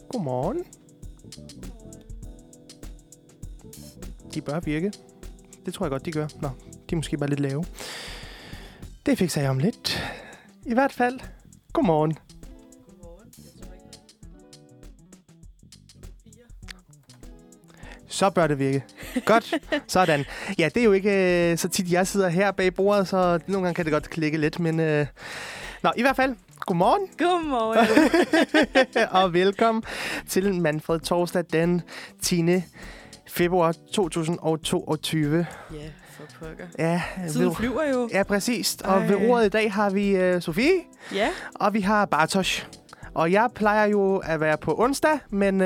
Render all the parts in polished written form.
Godmorgen. De bør virke. Det tror jeg godt, de gør. Nå, de er måske bare lidt lave. Det fikser jeg om lidt. I hvert fald, godmorgen. Så bør det virke. Godt. Sådan. Ja, det er jo ikke så tit, jeg sidder her bag bordet, så nogle gange kan det godt klikke lidt, men... Nå, i hvert fald, godmorgen. Godmorgen. Og velkommen til Manfred Torsdag den 10. februar 2022. Ja, for pokker. Ja, Tiden flyver jo. Ja, præcis. Og ved ordet i dag har vi Sofie. Ja. Og vi har Bartosz. Og jeg plejer jo at være på onsdag, men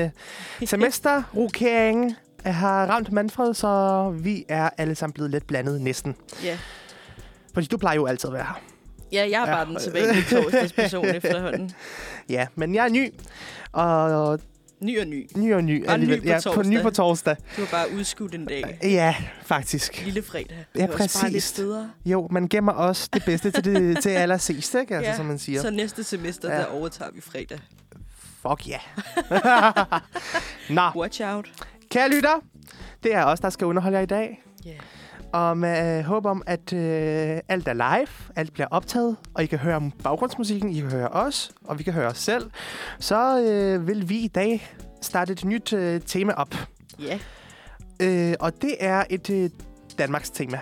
semesterrokeringen har ramt Manfred, så vi er alle sammen blevet lidt blandet næsten. Ja. Fordi du plejer jo altid at være her. Ja, jeg er bare den tilbage torsdagsperson efterhånden. Ja, men jeg er ny. Og Ny og ny. Ny og ny. Og ny på torsdag. På ny på torsdag. Du har bare udskudt en dag. Ja, faktisk. Lille fredag. Ja, præcis. præcis. Bare lidt steder. Jo, man gemmer også det bedste til allersidst, ikke? Altså, ja, som man siger. Så næste semester, der overtager vi fredag. Fuck ja. Nå. Watch out. Kære lytter, det er os, der skal underholde jer i dag. Yeah. Og med håb om, at alt er live, alt bliver optaget, og I kan høre baggrundsmusikken, I kan høre os, og vi kan høre os selv, så vil vi i dag starte et nyt tema op. Ja. Og det er et Danmarks tema.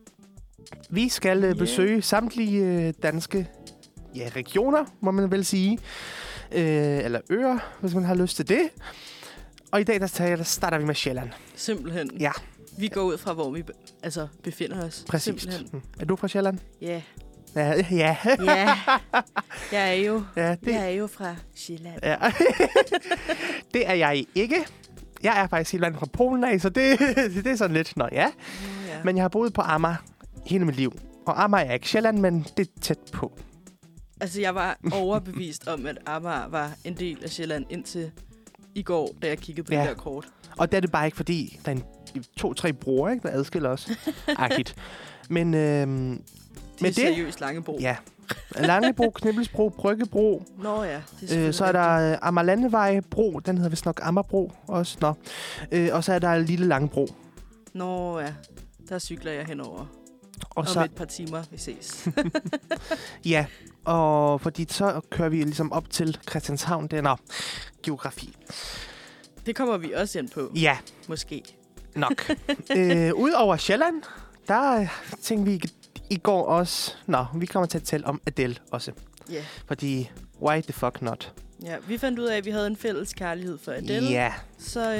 Vi skal besøge samtlige danske regioner, må man vel sige. Eller øer, hvis man har lyst til det. Og i dag der starter vi med Sjælland. Simpelthen. Ja. Vi går ud fra, hvor vi befinder os. Præcis. Simpelthen. Er du fra Sjælland? Ja. Ja. Ja. Jeg er jo fra Sjælland. Ja. Det er jeg ikke. Jeg er faktisk helt vandt fra Polen af, så det er sådan lidt, ja. Men jeg har boet på Amager hele mit liv. Og Amager er ikke Sjælland, men det er tæt på. Altså, jeg var overbevist om, at Amager var en del af Sjælland indtil i går, da jeg kiggede på det der kort. Og det er det bare ikke, fordi der er 2-3 broer, ikke, der adskiller os. Akit. Men det er seriøst Langebro. Ja. Langebro, Knibbelsbro, Bryggebro. Nå ja. Det så er der Amagerlandevej bro. Den hedder vist nok Amagerbro også. Nå. Og så er der Lille Langebro. Nå ja. Der cykler jeg henover. Og om et par timer, vi ses. Ja. Og fordi så kører vi ligesom op til Christianshavn. Det er geografi. Det kommer vi også ind på. Ja. Måske. Nok. Udover Sjælland, der tænkte vi i går også... vi kommer til at tale om Adele også. Ja. Yeah. Fordi, why the fuck not? Ja, vi fandt ud af, at vi havde en fælles kærlighed for Adele. Ja. Så,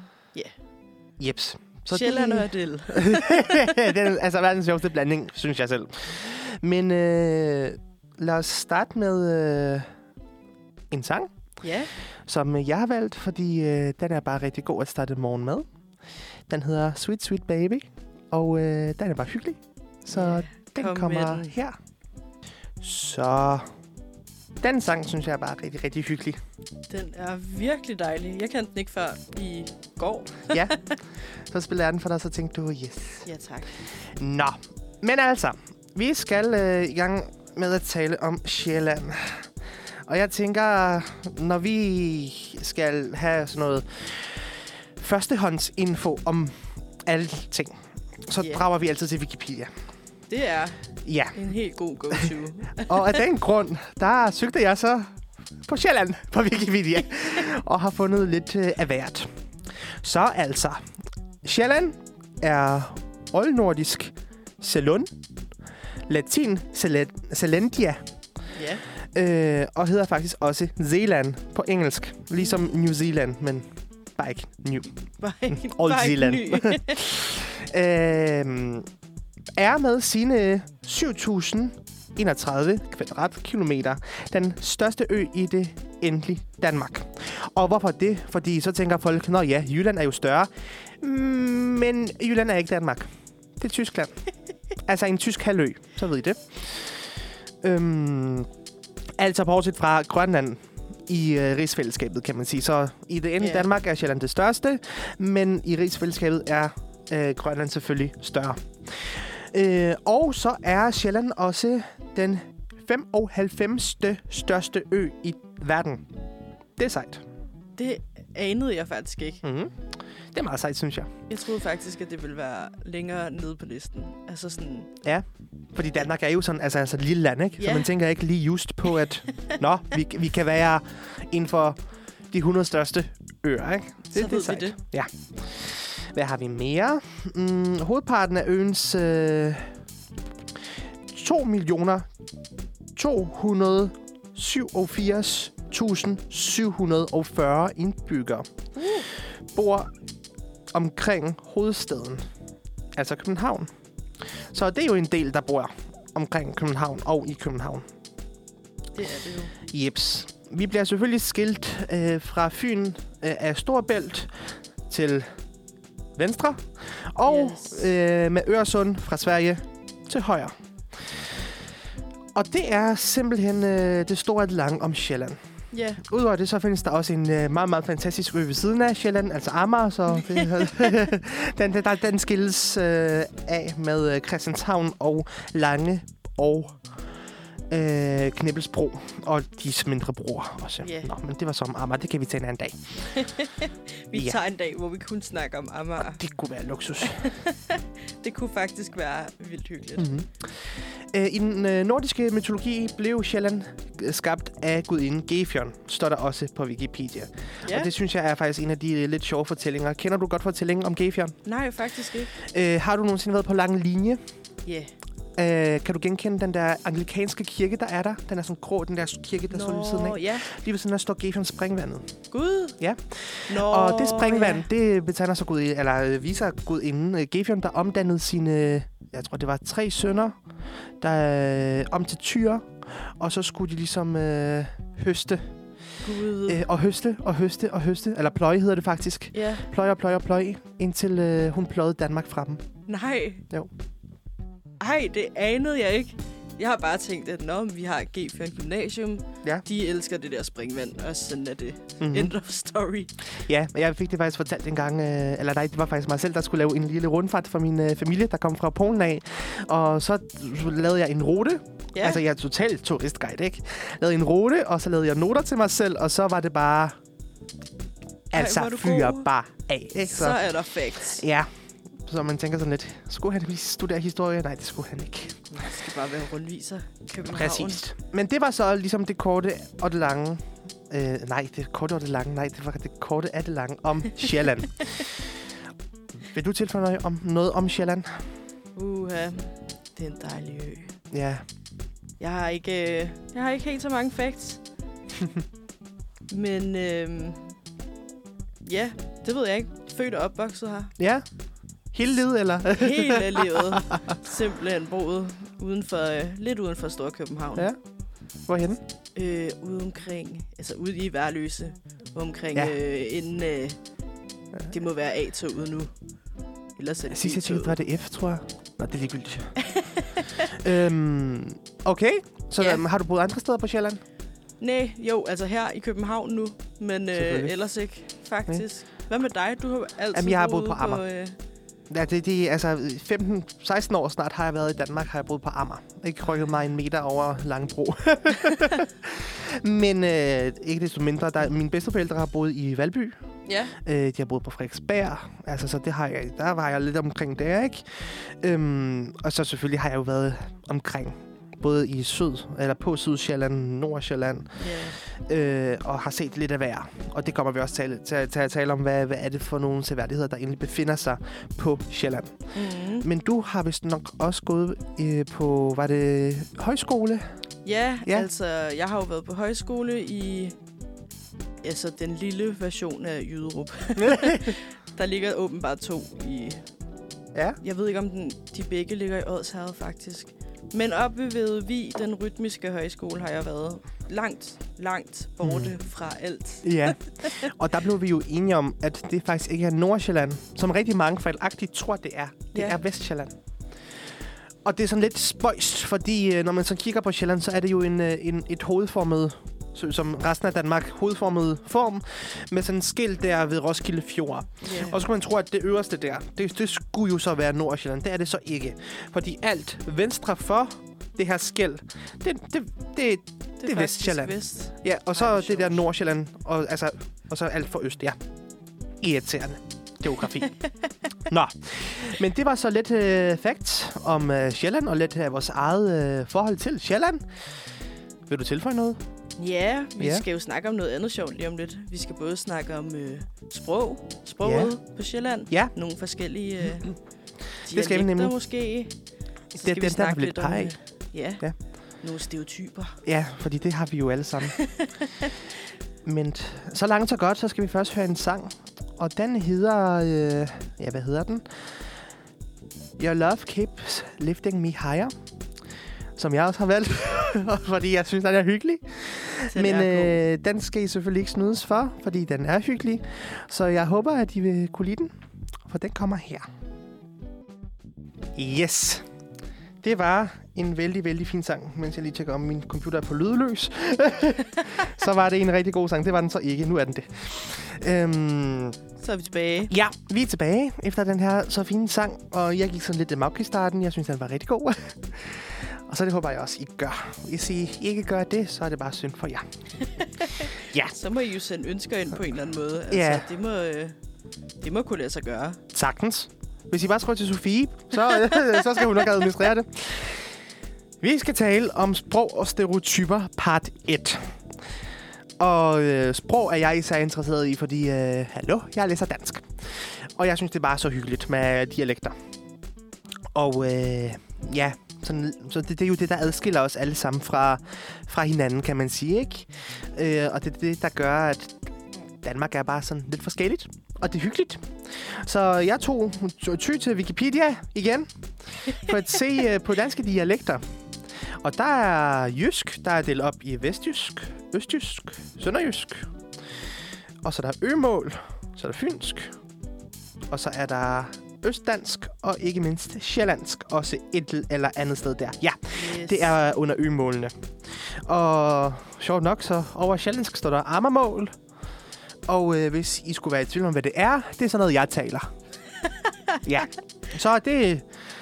Jeps. Så Sjælland og Adele. Det er altså verdens sjoveste blanding, synes jeg selv. Men lad os starte med en sang. Ja. Som jeg har valgt, fordi den er bare rigtig god at starte morgen med. Den hedder Sweet Sweet Baby, og den er bare hyggelig. Så den kommer her. Så den sang, synes jeg er bare rigtig, rigtig hyggelig. Den er virkelig dejlig. Jeg kendte den ikke før i går. Ja, så spiller jeg den for dig, så tænkte du, yes. Ja, tak. Nå, men altså, vi skal i gang med at tale om Sjælland. Og jeg tænker, når vi skal have sådan noget førstehåndsinfo om alting, så drager vi altid til Wikipedia. Det er en helt god go-to. Og af den grund, der søgte jeg så på Sjælland på Wikipedia, og har fundet lidt af hvert. Så altså, Sjælland er oldnordisk Selund, latin Selendia, og hedder faktisk også Zeeland på engelsk, ligesom New Zealand, men bare ikke New. Old Zealand. Er med sine 7.031 kvadratkilometer den største ø i det endelige Danmark. Og hvorfor det? Fordi så tænker folk, Jylland er jo større. Men Jylland er ikke Danmark. Det er Tyskland. Altså en tysk halvø, så ved I det. Altså bortset fra Grønland i rigsfællesskabet, kan man sige. Så i det endelige Danmark er Sjælland det største, men i rigsfællesskabet er Grønland selvfølgelig større. Og så er Sjælland også den 95. største ø i verden. Det er sejt. Det anede jeg faktisk ikke. Mm-hmm. Det er meget sejt, synes jeg. Jeg troede faktisk, at det ville være længere nede på listen. Altså sådan... Ja, fordi Danmark er jo sådan, altså et lille land, ikke? Ja. Så man tænker ikke lige just på, at vi kan være inden for de 100 største øer, ikke? Så ved vi det. Ja. Hvad har vi mere? Hovedparten af øens 2.287.740 indbyggere bor omkring hovedstaden, altså København. Så det er jo en del, der bor omkring København og i København. Det er det jo. Jeps. Vi bliver selvfølgelig skilt fra Fyn af Storebælt til venstre, og med Øresund fra Sverige til højre. Og det er simpelthen det store og det lange om Sjælland. Ja. Yeah. Udover det, så findes der også en meget, meget fantastisk ø ved siden af Sjælland, altså Amager, så det, den skilles af med Christianshavn og Lange og Knibbelsbro og de mindre broer også. Yeah. Nå, men det var så om Amager. Det kan vi tage en anden dag. Vi tager en dag, hvor vi kun snakker om Amager. Og det kunne være luksus. Det kunne faktisk være vildt hyggeligt. Mm-hmm. I den nordiske mytologi blev Sjælland skabt af gudinden Gefjon, står der også på Wikipedia. Yeah. Og det synes jeg er faktisk en af de lidt sjove fortællinger. Kender du godt fortællingen om Gefjon? Nej, faktisk ikke. Har du nogensinde været på Lang Linje? Ja. Yeah. Kan du genkende den der anglikanske kirke, der er der? Den er sådan grå, den der kirke, der står lige ved siden af. Ja. Lige ved siden af står Gefjon springvandet. Gud. Ja. Nå, og det springvand, det betegner så viser gudinden Gefjon, der omdannede sine, jeg tror det var 3 sønner, der om til tyre, og så skulle de ligesom høste. Gud. Og høste, eller pløje hedder det faktisk. Ja. Pløje, indtil hun pløjede Danmark fra dem. Nej. Jo. Ej, det anede jeg ikke. Jeg har bare tænkt, at vi har Gefjon Gymnasium. Ja. De elsker det der springvand, og sådan er det. Mm-hmm. End of story. Ja, jeg fik det faktisk fortalt en gang, eller nej, det var faktisk mig selv, der skulle lave en lille rundfart for min familie, der kom fra Polen af. Og så lavede jeg en rute. Ja. Altså, jeg er totalt turistguide, ikke? Lavede en rute, og så lavede jeg noter til mig selv, og så var det bare... Altså, fyre bare af, ikke? Så er der facts. Ja. Så man tænker sådan lidt, skulle han lige studere historie? Nej, det skulle han ikke. Det skal bare være rundviser i København. Præcis. Men det var så ligesom det korte og det lange. Det korte og det lange. Nej, det var det korte og det lange om Sjælland. Vil du tilføje noget om Sjælland? Det er en dejlig ø. Ja. Jeg har ikke helt så mange facts. Men ja, det ved jeg ikke. Født og opvokset her. Ja. Hele livet, eller? Hele livet. Simpelthen boet lidt uden for Storkøbenhavn. Ja. Hvorhenne? Ude omkring, altså ude i Værløse. Omkring, inden det må være A-toget nu. Ellers er det sidste var det F, tror jeg. Nå, det er ligegyldigt. Okay, så har du boet andre steder på Sjælland? Nej, jo, altså her i København nu, men ellers ikke, faktisk. Nej. Hvad med dig? Du har altid jeg har boet på Amager. Ja, det altså 15-16 år snart har jeg været i Danmark, har jeg boet på Amager. Ikke rykket mig en meter over Langebro. Men ikke desto mindre, mine bedsteforældre har boet i Valby. Ja. De har boet på Frederiksberg. Altså, så det har jeg, der var jeg lidt omkring der, ikke? Og så selvfølgelig har jeg jo været omkring både i på Sydsjælland, Nordsjælland, og har set lidt af hver. Og det kommer vi også til at tale om, hvad er det for nogle seværdigheder, der egentlig befinder sig på Sjælland. Mm. Men du har vist nok også gået på, var det højskole? Ja, altså jeg har jo været på højskole i den lille version af Jyderup. Der ligger åbenbart 2 i... Ja. Jeg ved ikke, om de begge ligger i Odsherred, faktisk. Men oppe ved Vi, den rytmiske højskole, har jeg været langt borte fra alt. Ja, og der blev vi jo enige om, at det faktisk ikke er Nordsjælland, som rigtig mange fejlagtigt tror, det er. Det er Vestsjælland. Og det er sådan lidt spøjst, fordi når man så kigger på Sjælland, så er det jo et hovedformet, som resten af Danmark, hovedformet form, med sådan en skilt der ved Roskilde Fjord. Yeah. Og så skulle man tro, at det øverste der, det skulle jo så være Nordsjælland. Det er det så ikke. Fordi alt venstre for det her skæld, det er Vestsjælland. Vest. Ja, og så Ej, det der Nordsjælland, og så alt for øst, ja. Irriterende. Geografi. Nå, men det var så lidt facts om Sjælland, og lidt af vores eget forhold til Sjælland. Vil du tilføje noget? Ja, vi skal jo snakke om noget andet sjovt lige om lidt. Vi skal både snakke om sproget på Sjælland. Ja. Nogle forskellige Det skal vi dialekter nemlig. måske. Så Det skal er vi den, der snakke vil lidt om pege. ja, Ja. nogle stereotyper. Ja, fordi det har vi jo alle sammen. Men så langt så godt, så skal vi først høre en sang. Og den hedder... hvad hedder den? Your Love Keeps Lifting Me Higher. Som jeg også har valgt, fordi jeg synes, den er hyggelig. Men den skal I selvfølgelig ikke snydes for, fordi den er hyggelig. Så jeg håber, at I vil kunne lide den, for den kommer her. Yes. Det var en vældig, vældig fin sang, mens jeg lige tjekker om min computer er på lydløs. Så var det en rigtig god sang. Det var den så ikke. Nu er den det. Så er vi tilbage. Ja, vi er tilbage efter den her så fine sang. Og jeg gik sådan lidt map i starten. Jeg synes, den var rigtig god. Og så det håber jeg også, I gør. Hvis I ikke gør det, så er det bare synd for jer. Ja. Så må I jo sende ønsker ind på en eller anden måde. Altså, Ja. det må kunne lade sig gøre. Sagtens. Hvis I bare skriver til Sofie, så skal hun nok administrere det. Vi skal tale om sprog og stereotyper part 1. Og sprog er jeg især interesseret i, fordi, jeg læser dansk. Og jeg synes, det er bare så hyggeligt med dialekter. Og så det er jo det, der adskiller os alle sammen fra hinanden, kan man sige, ikke? Og det er det, der gør, at Danmark er bare sådan lidt forskelligt. Og det er hyggeligt. Så jeg tog til Wikipedia igen, for at se på danske dialekter. Og der er jysk, der er delt op i vestjysk, østjysk, sønderjysk. Og så er der ømål, så er der fynsk. Og så er der østdansk, og ikke mindst sjællandsk, også et eller andet sted der. Ja, Yes. det er under ømålene. Og sjovt nok, så over sjællandsk står der ammermål. Og hvis I skulle være i tvivl om, hvad det er sådan noget, jeg taler. Ja, så det.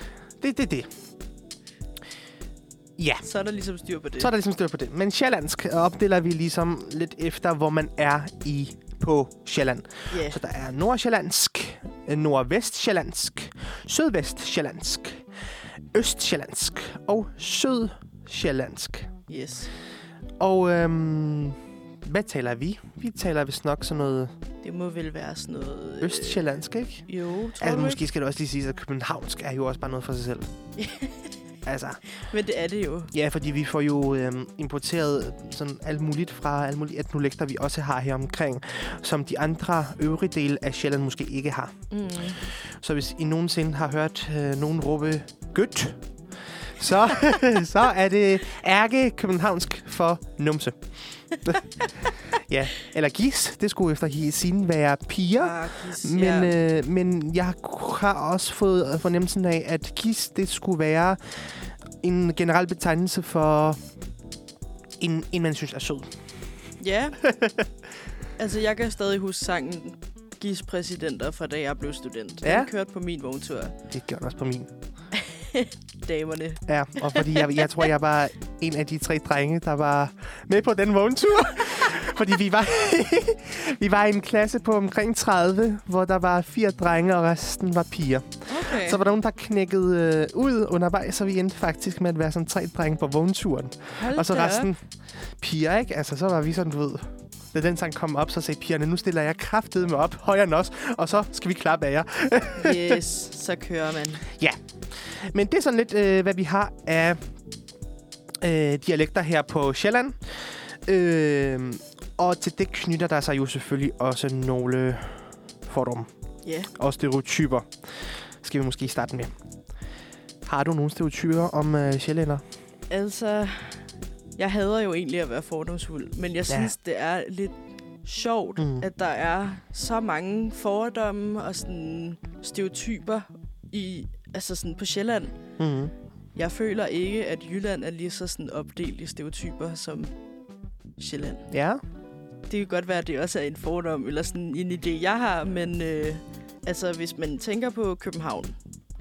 Ja. Så er der ligesom styr på det. Men sjællandsk opdeler vi ligesom lidt efter, hvor man er på Sjælland. Yeah. Så der er nordsjællandsk, nordvestsjællandsk, sydvestsjællandsk, østsjællandsk og sydsjællandsk. Yes. Og hvad taler vi? Vi taler vist nok sådan noget Det må vel være sådan noget... østsjællandsk, ikke? Jo, tror Altså, du måske skal det også lige sige, at københavnsk er jo også bare noget for sig selv. Altså, Men det er det jo. ja, fordi vi får jo importeret sådan alt muligt fra alle mulige etnolekter, vi også har her omkring, som de andre øvrige dele af Sjælland måske ikke har. Mm. Så hvis I nogensinde har hørt nogen råbe gødt, så er det ærke københavnsk for numse. Ja, eller gis. Det skulle efter sin være piger. Men jeg har også fået fornemmelsen af, at gis, det skulle være en generel betegnelse for en man synes er sød. Ja. Altså, jeg kan stadig huske sangen Gis-præsidenter fra da jeg blev student. Ja. Den kørte på min vogntur. Det gjorde den også på min. Damerne. Ja, og fordi jeg tror, jeg var en af de 3 drenge, der var med på den vogntur. Fordi vi var i en klasse på omkring 30, hvor der var 4 drenge, og resten var piger. Okay. Så var der nogen, der knækkede ud undervejs, så vi endte faktisk med at være sådan 3 drenge på vognturen. Hold Og så da resten op. piger, ikke? Altså, så var vi sådan, du ved... Da den sang kom op, så sagde pigerne, nu stiller jeg kraftedeme op, højere end os, og så skal vi klappe af jer. Yes, så kører man. Ja. Men det er sådan lidt, hvad vi har af dialekter her på Sjælland. Og til det knytter der sig jo selvfølgelig også nogle fordomme Ja. og stereotyper. Skal vi måske starte med. Har du nogle stereotyper om sjællænder? Altså, jeg hader jo egentlig at være fordomsfuld, men jeg synes, det er lidt sjovt, at der er så mange fordomme og sådan stereotyper sådan på Sjælland. Mm-hmm. Jeg føler ikke, at Jylland er lige så sådan opdelt i stereotyper som Sjælland. Ja. Det kan godt være, at det også er en fordom eller sådan en idé, jeg har, men altså, hvis man tænker på København,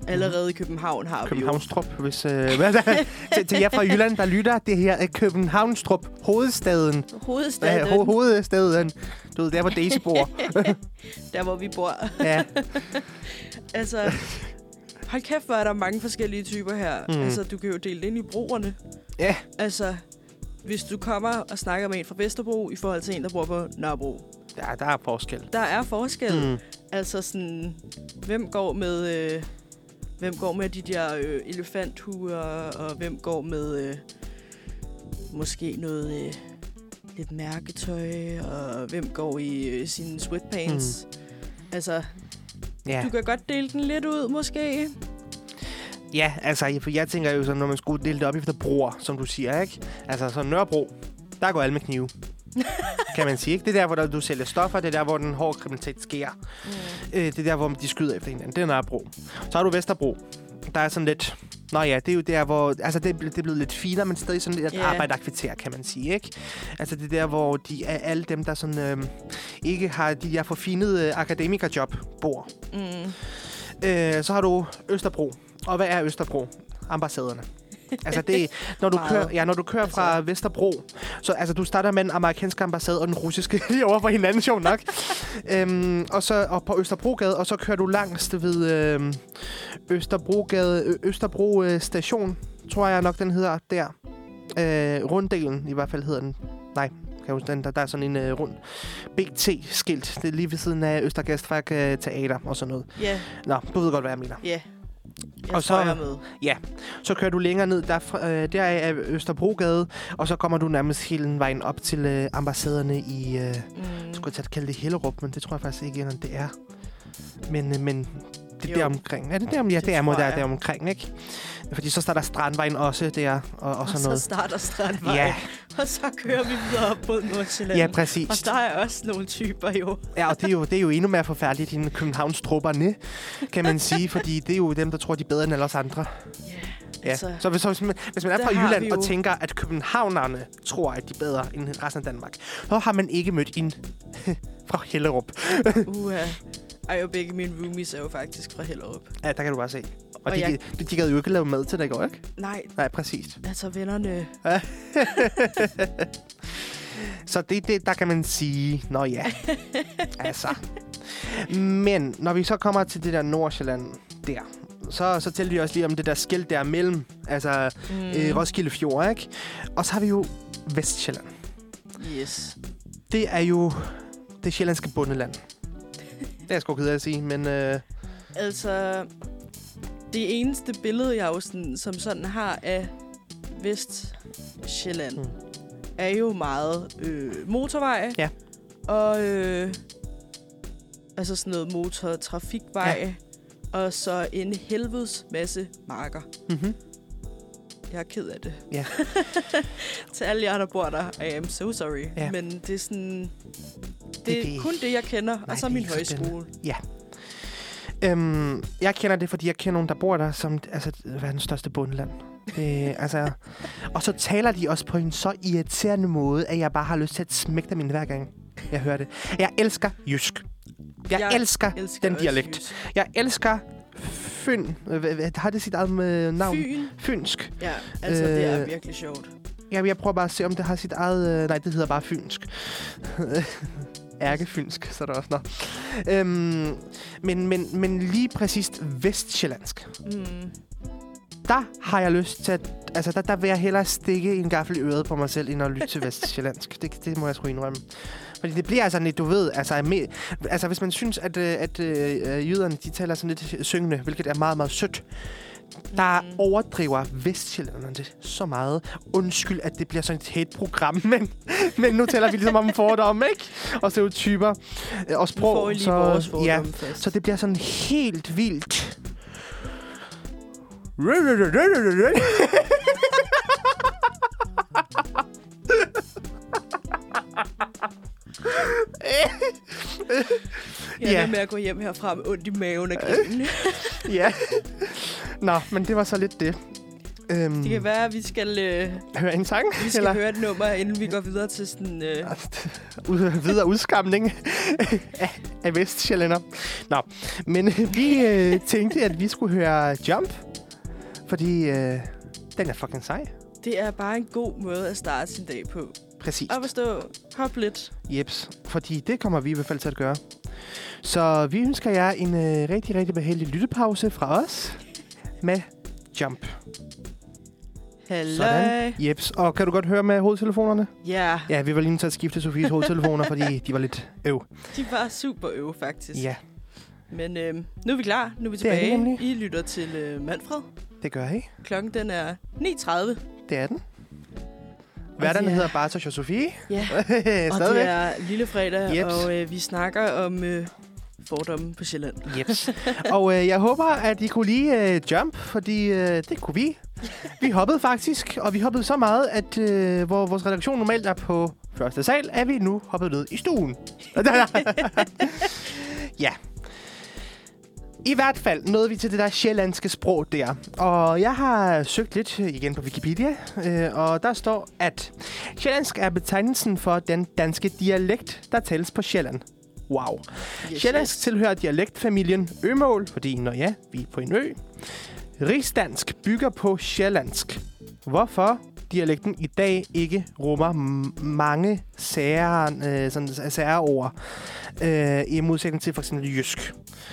Allerede i København har vi jo. Københavnstrup, hvis... til jer fra Jylland, der lytter, det her er Københavnstrup, hovedstaden. Hovedstaden. Du ved, der hvor Daisy bor. Der hvor vi bor. Ja. Altså, hold kæft, hvor er der mange forskellige typer her. Altså, du kan jo dele det ind i broerne. Ja. Altså, hvis du kommer og snakker med en fra Vesterbro i forhold til en, der bor på Nørrebro. Ja, der er forskel. Der er forskel. Altså sådan, hvem går med de der elefanthuer, og hvem går med måske noget lidt mærketøj, og hvem går i sine sweatpants. Altså, du kan godt dele den lidt ud, måske. Ja, altså, jeg tænker jo sådan, når man skulle dele det op efter broer, som du siger, ikke? Altså, så Nørrebro, der går alle med knive. Kan man sige, ikke? Det er der, hvor du sælger stoffer, det er der, hvor den hårde kriminalitet sker. Det er der, hvor de skyder efter hinanden. Det er Nørrebro. Så har du Vesterbro. Der er sådan lidt... Nå ja, det er jo der, hvor... Altså, det er blevet lidt finere, men stadig sådan lidt arbejderkvarter, kan man sige, ikke? Altså, det er der, hvor de er alle dem, der sådan... ikke har de der forfinede akademikerjob, bor. Så har du Østerbro. Og hvad er Østerbro? Ambassaderne. Altså det, når du kører fra Vesterbro, så altså du starter med den amerikanske ambassade og den russiske lige over for hinanden, sjovt nok. Og på Østerbrogade, og så kører du langs ved Østerbro station, tror jeg nok den hedder der. Runddelen i hvert fald hedder den. Nej, kan jeg huske den, der er sådan en rund BT-skilt. Det er lige ved siden af Østergastværk Teater og sådan noget. Ja. Nå, du ved godt, hvad jeg mener. Ja. Og så kører du længere ned, der er Østerbrogade, og så kommer du nærmest hele vejen op til ambassaderne i, skulle jeg kalde det Hellerup, men det tror jeg faktisk ikke, at det er. Men det er der omkring. Er det der? Ja, det er der omkring, ikke? Fordi så starter Strandvejen også der, og sådan noget. Så starter Strandvejen, ja. Og så kører vi videre op mod Nordsjælland. Ja, præcis. Og der er også nogle typer jo. Ja, og det er jo endnu mere forfærdeligt end Københavnstrupperne, kan man sige, fordi det er jo dem, der tror, de er bedre end alle os andre. Ja. Altså, så hvis man er fra Jylland og tænker, at københavnerne tror, at de er bedre end resten af Danmark, så har man ikke mødt en fra Hellerup. Ej, og begge mine roomies er jo faktisk fra Hellerup. Ja, der kan du bare se. Og de gad jo ikke lave mad til dig i går, ikke? Nej, præcis. Altså, vennerne. Så det, der kan man sige, nå ja. Altså. Men når vi så kommer til det der Nordsjælland der, så tæller vi også lige om det der skilt der mellem, altså Roskilde Fjord, ikke? Og så har vi jo Vestsjælland. Yes. Det er jo det sjællandske bundeland. Det er jeg sgu ked af at sige, men... Altså, det eneste billede, jeg jo som sådan har af Vestsjælland, er jo meget motorvej. Ja. Og altså sådan noget motortrafikvej. Ja. Og så en helvedes masse marker. Jeg er ked af det. Ja. Til alle jer, der bor der, I am so sorry. Ja. Men det er sådan... Det er kun det, jeg kender, og så min højskole. Ja. Jeg kender det, fordi jeg kender nogen, der bor der, som altså verdens største bundeland. Altså, og så taler de også på en så irriterende måde, at jeg bare har lyst til at smække dem ind hver gang, jeg hører det. Jeg elsker jysk. Jeg elsker den dialekt. Jysk. Jeg elsker Fyn. Har det sit eget navn? Fynsk. Ja, altså det er virkelig sjovt. Jeg prøver bare at se, om det har sit eget... nej, det hedder bare fynsk. Ærkefynsk, så er der også noget. Men lige præcist vestsjællandsk. Der har jeg lyst til at... Altså, der vil jeg hellere stikke en gaffel i øret på mig selv, end at lytte til vestsjællandsk. Det må jeg sgu indrømme. Fordi det bliver altså lidt, du ved... Altså, hvis man synes, at jyderne, de taler sådan lidt syngende, hvilket er meget, meget sødt, der overdriver vestsjællanderne det så meget. Undskyld, at det bliver sådan et hate-program, men nu taler vi ligesom om fordomme, ikke? Og stereotyper og sprog. Så det bliver sådan helt vildt. Jeg er med at gå hjem herfra med ondt i maven af grinen. Ja. Nå, men det var så lidt det. Det kan være, at vi skal høre en sang? Vi skal høre et nummer, inden vi går videre til sådan... videre udskamning af Vestsjællænder. Nå, men vi tænkte, at vi skulle høre Jump, fordi den er fucking sej. Det er bare en god måde at starte sin dag på. Præcis. Op at stå, hop lidt. Jeps, fordi det kommer vi i hvert fald til at gøre. Så vi ønsker jer en rigtig, rigtig behagelig lyttepause fra os med Jump. Halløj. Jeps. Og kan du godt høre med hovedtelefonerne? Ja. Ja, vi var lige nødt til at skifte Sofies hovedtelefoner, fordi de var lidt øv. De var super øv, faktisk. Ja. Men nu er vi klar. Nu er vi tilbage. I lytter til Manfred. Det gør I. Klokken den er 9:30. Det er den. Hverdagen hedder Bartosz og Sofie. Ja, og det er lille fredag, Jeps. og vi snakker om fordomme på Sjælland. Jeps. Og jeg håber, at I kunne lide Jump, fordi det kunne vi. Vi hoppede faktisk, og vi hoppede så meget, at hvor vores redaktion normalt er på første sal, er vi nu hoppet ned i stuen. Ja. I hvert fald nåede vi til det der sjællandske sprog der. Og jeg har søgt lidt igen på Wikipedia, og der står, at sjællandsk er betegnelsen for den danske dialekt, der tales på Sjælland. Wow. Yes, sjællandsk tilhører dialektfamilien ømål, fordi vi er på en ø. Rigsdansk bygger på sjællandsk. Hvorfor dialekten i dag ikke rummer mange særord i modsætning til for eksempel jysk.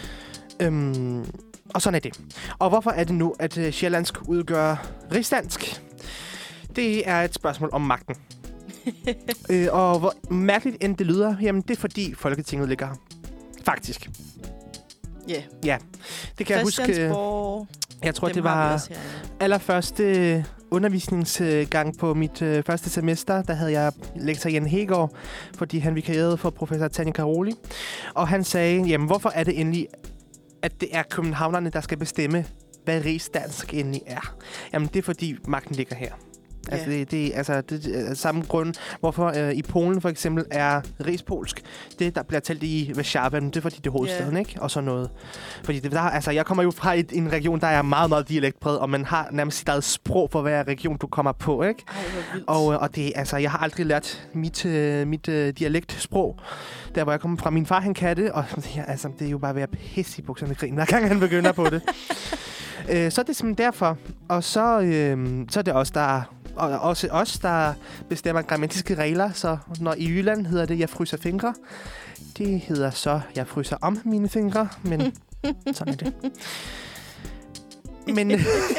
Og sådan er det. Og hvorfor er det nu, at sjællandsk udgør rigsdansk? Det er et spørgsmål om magten. Og hvor mærkeligt end det lyder, jamen det er fordi Folketinget ligger her. Faktisk. Yeah. Ja. Det kan jeg huske. Jeg tror, det var allerførste undervisningsgang på mit første semester. Der havde jeg lektor Jan Hegaard, fordi han vikarierede for professor Tanja Karoli. Og han sagde, jamen hvorfor er det endelig, at det er københavnerne, der skal bestemme, hvad rigsdansk endelig er? Jamen det er fordi magten ligger her. Altså, det er samme grund, hvorfor i Polen for eksempel er rigspolsk. Det, der bliver talt i Warszawa, det er fordi det er hovedstaden, ikke? Og sådan noget. Fordi det, jeg kommer jo fra en region, der er meget, meget dialektpræget, og man har nærmest sit eget sprog for hver region, du kommer på, ikke? Og det, jeg har aldrig lært mit dialektsprog. Der, hvor jeg kommer fra. Min far, han kan det, og det er jo bare at være pisse i bukserne grin, hver gang han begynder på det. Så er det simpelthen derfor. Og så er det også os, der bestemmer grammatiske regler. Så når i Jylland hedder det, jeg fryser fingre. Det hedder så, jeg fryser om mine fingre. Men sådan er det. Men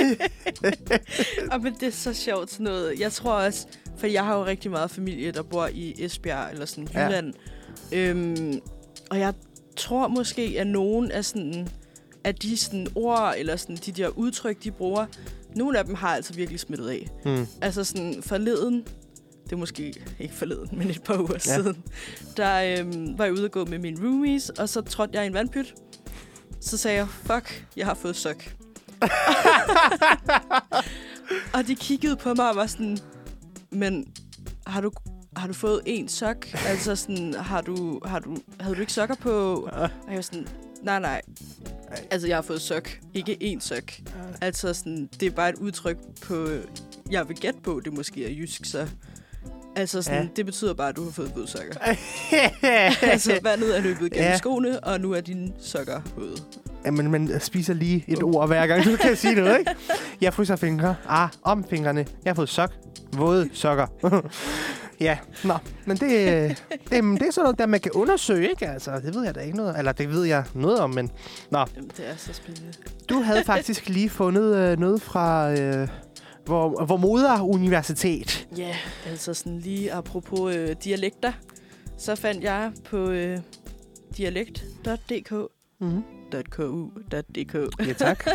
men det er så sjovt sådan noget. Jeg tror også, for jeg har jo rigtig meget familie, der bor i Esbjerg eller sådan Jylland. Ja. Og jeg tror måske, at nogen af sådan at de sådan ord eller sådan de der udtryk, de bruger, nogle af dem har altså virkelig smittet af. Altså sådan forleden, det er måske ikke forleden, men et par uger siden, der var jeg ude at gå med mine roomies, og så trådte jeg i en vandpyt. Så sagde jeg, fuck, jeg har fået sok. Og de kiggede på mig og var sådan, men har du fået en sok? Altså sådan, havde du ikke sokker på? Og jeg var sådan, nej. Altså, jeg har fået sok. Ikke én sok. Altså, sådan, det er bare et udtryk på... Jeg vil gætte på, det måske er jysk, så... Altså, sådan, det betyder bare, at du har fået vådsokker. Altså, vandet er løbet gennem skoene, og nu er dine sokker våde. Ja, men man spiser lige et ord hver gang, du kan sige noget, ikke? Jeg fryser fingre. Om fingrene. Jeg har fået sok. Våde sokker. Ja, men det er sådan noget, der man kan undersøge, ikke? Altså, det ved jeg da ikke noget, eller det ved jeg noget om, men Jamen, det er så spændende. Du havde faktisk lige fundet noget fra hvor Moder Universitet. Ja, altså sådan lige apropos dialekter, så fandt jeg på dialekt.dk .ku.dk. Ja, tak.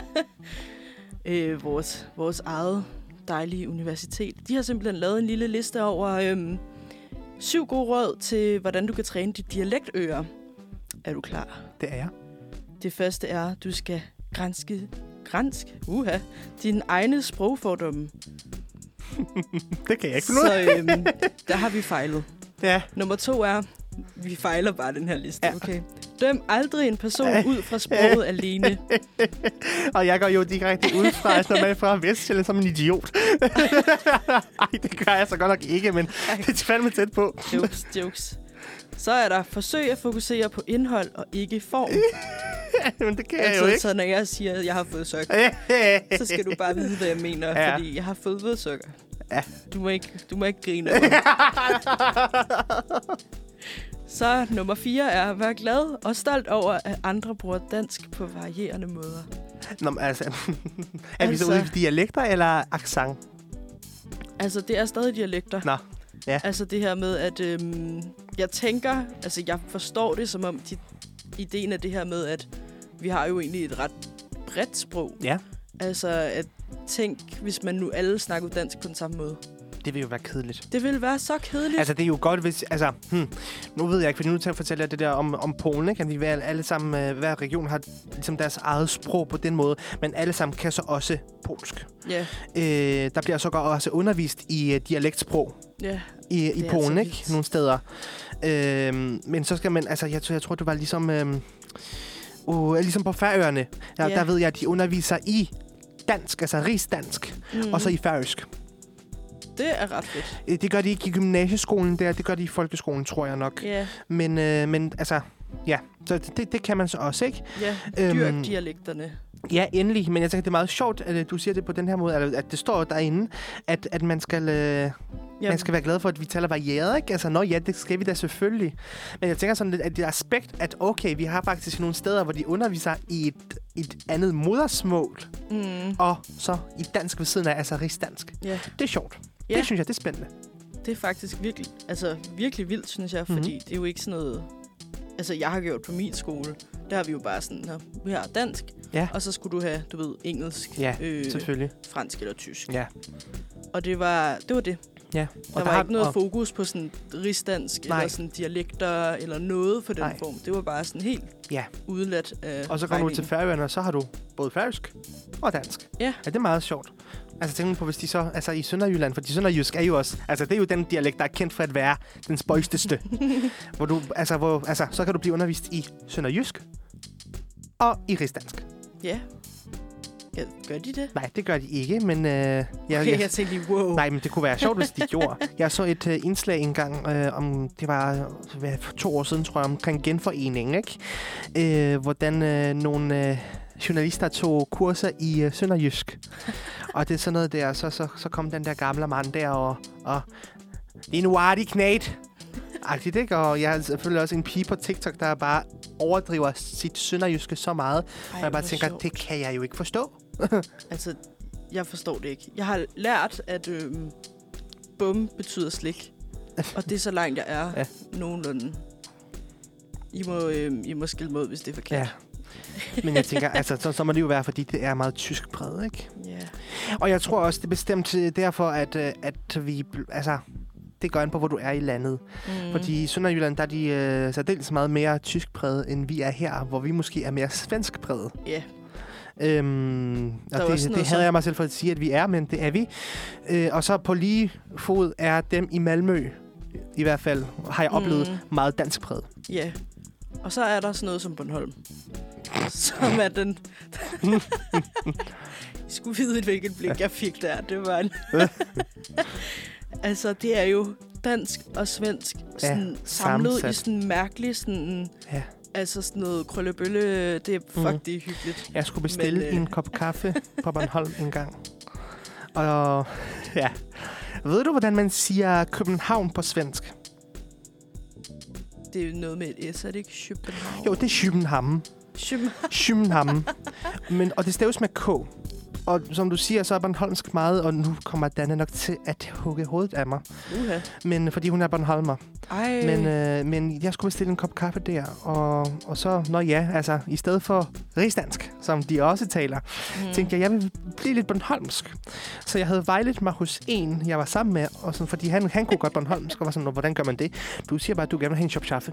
Vores eget dejlige universitet. De har simpelthen lavet en lille liste over 7 gode råd til, hvordan du kan træne dit dialektører. Er du klar? Det er jeg. Det første er, at du skal granske dine egne sprogfordomme. Det kan jeg ikke finde ud af. Så der har vi fejlet. Ja. Nummer 2 er, vi fejler bare den her liste, okay? Døm aldrig en person ud fra sproget alene. Og jeg går jo direkte ud fra, altså når man er fra Vestsjælland som en idiot. Ej, det gør jeg så godt nok ikke, men det er fandme tæt på. Jokes. Så er der forsøg at fokusere på indhold og ikke form. Men det kan jeg jo ikke. Så når jeg siger, at jeg har fået sukker, så skal du bare vide, hvad jeg mener. Fordi jeg har fået sukker. Ja. Du må ikke grine over. Så nummer 4 er at være glad og stolt over, at andre bruger dansk på varierende måder. Nå, altså, er vi så ude i dialekter eller accent? Altså, det er stadig dialekter. Nå, ja. Altså det her med, at jeg tænker, altså jeg forstår det som om ideen af det her med, at vi har jo egentlig et ret bredt sprog. Ja. Altså at tænk, hvis man nu alle snakkede dansk på den samme måde. Det vil jo være kedeligt. Det vil være så kedeligt. Altså, det er jo godt, hvis... Altså, nu ved jeg ikke, fordi nu til at fortælle jer det der om Polen, ikke? At vi alle sammen, hver region har ligesom deres eget sprog på den måde, men alle sammen kan så også polsk. Ja. Der bliver så også undervist i dialektsprog. Ja. I Polen, ikke? Nogle steder. Men så skal man... Altså, jeg tror, det var ligesom... ligesom på Færøerne. Der ved jeg, at de underviser i dansk, altså rigsdansk, og så i færøsk. Det er ret fedt. Det gør de ikke i gymnasieskolen der, det gør de i folkeskolen, tror jeg nok. Ja. Men altså, ja, så det kan man så også, ikke? Ja, dyrk dialekterne. Ja, endelig. Men jeg tænker, det er meget sjovt, at du siger det på den her måde, at det står derinde, at man skal... Man skal være glad for, at vi taler varieret, ikke? Altså, ja, det skal vi da selvfølgelig. Men jeg tænker sådan lidt, at det aspekt, at okay, vi har faktisk nogle steder, hvor de underviser i et andet modersmål, og så i dansk ved siden af, altså rigsdansk. Ja. Det er sjovt. Ja. Det synes jeg, det er spændende. Det er faktisk virkelig vildt, synes jeg, fordi det er jo ikke sådan noget... Altså, jeg har gjort på min skole, der har vi jo bare sådan, vi har dansk, og så skulle du have, du ved, engelsk, selvfølgelig. Fransk eller tysk. Ja. Og det var det. Ja. Og der var ikke noget fokus på sådan rigsdansk eller sådan dialekter eller noget for den form. Det var bare sådan helt udeladt af og så kommer du til Færøerne, og så har du både færøsk og dansk. Ja. Ja, det er meget sjovt. Altså tænk på, hvis de så... Altså i Sønderjylland, for de sønderjysk er jo også... Altså det er jo den dialekt, der er kendt for at være den spøjsteste. Så kan du blive undervist i sønderjysk og i rigsdansk. Ja. Ja, gør de det? Nej, det gør de ikke, men... jeg tænkte lige, wow. Nej, men det kunne være sjovt, hvis de gjorde. Jeg så et indslag engang om... Det var for 2 år siden, tror jeg, omkring genforeningen, ikke? Hvordan nogle... journalister tog kurser i sønderjysk. Og det er sådan noget der, så kom den der gamle mand der og det er en warty knæt. Agtigt, ikke? Og jeg har selvfølgelig også en pige på TikTok, der bare overdriver sit sønderjyske så meget. Og jeg bare tænker, det kan jeg jo ikke forstå. Altså, jeg forstår det ikke. Jeg har lært, at bum betyder slik. Og det er så langt, jeg er nogenlunde. I må skille mig ud, hvis det er forkert. Ja. Men jeg tænker, altså, så må det jo være, fordi det er meget tysk præget, ikke? Ja. Yeah. Og jeg tror også, det er bestemt derfor, at vi... Altså, det går an på, hvor du er i landet. Fordi i Sønderjylland, der er de særdeles meget mere tysk præget, end vi er her, hvor vi måske er mere svensk præget. Ja. Og det havde jeg mig selv for at sige, at vi er, men det er vi. Og så på lige fod er dem i Malmø, i hvert fald, har jeg oplevet meget dansk præget. Ja. Yeah. Og så er der sådan noget som Bornholm, som er den... I skulle vide, hvilket blik jeg fik der. Det var en... Altså, det er jo dansk og svensk sådan, samlet i sådan mærkelig sådan... Ja. Altså sådan noget krøllebølle. Det er det er hyggeligt. Jeg skulle bestille en kop kaffe på Bornholm en gang. Og ja... Ved du, hvordan man siger København på svensk? Det er noget med et S, er det ikke? København? Jo, det er København. København. Og det staves med K. Og som du siger, så er Bornholmsk meget, og nu kommer Danne nok til at hugge hovedet af mig. Men fordi hun er Bornholmer. Men jeg skulle bestille en kop kaffe der, og så, altså i stedet for rigsdansk, som de også taler, tænkte jeg vil blive lidt bornholmsk. Så jeg havde vejledt mig hos en, jeg var sammen med, og sådan, fordi han kunne godt bornholmsk, og var sådan, hvordan gør man det? Du siger bare, at du gerne vil have en shop kaffe.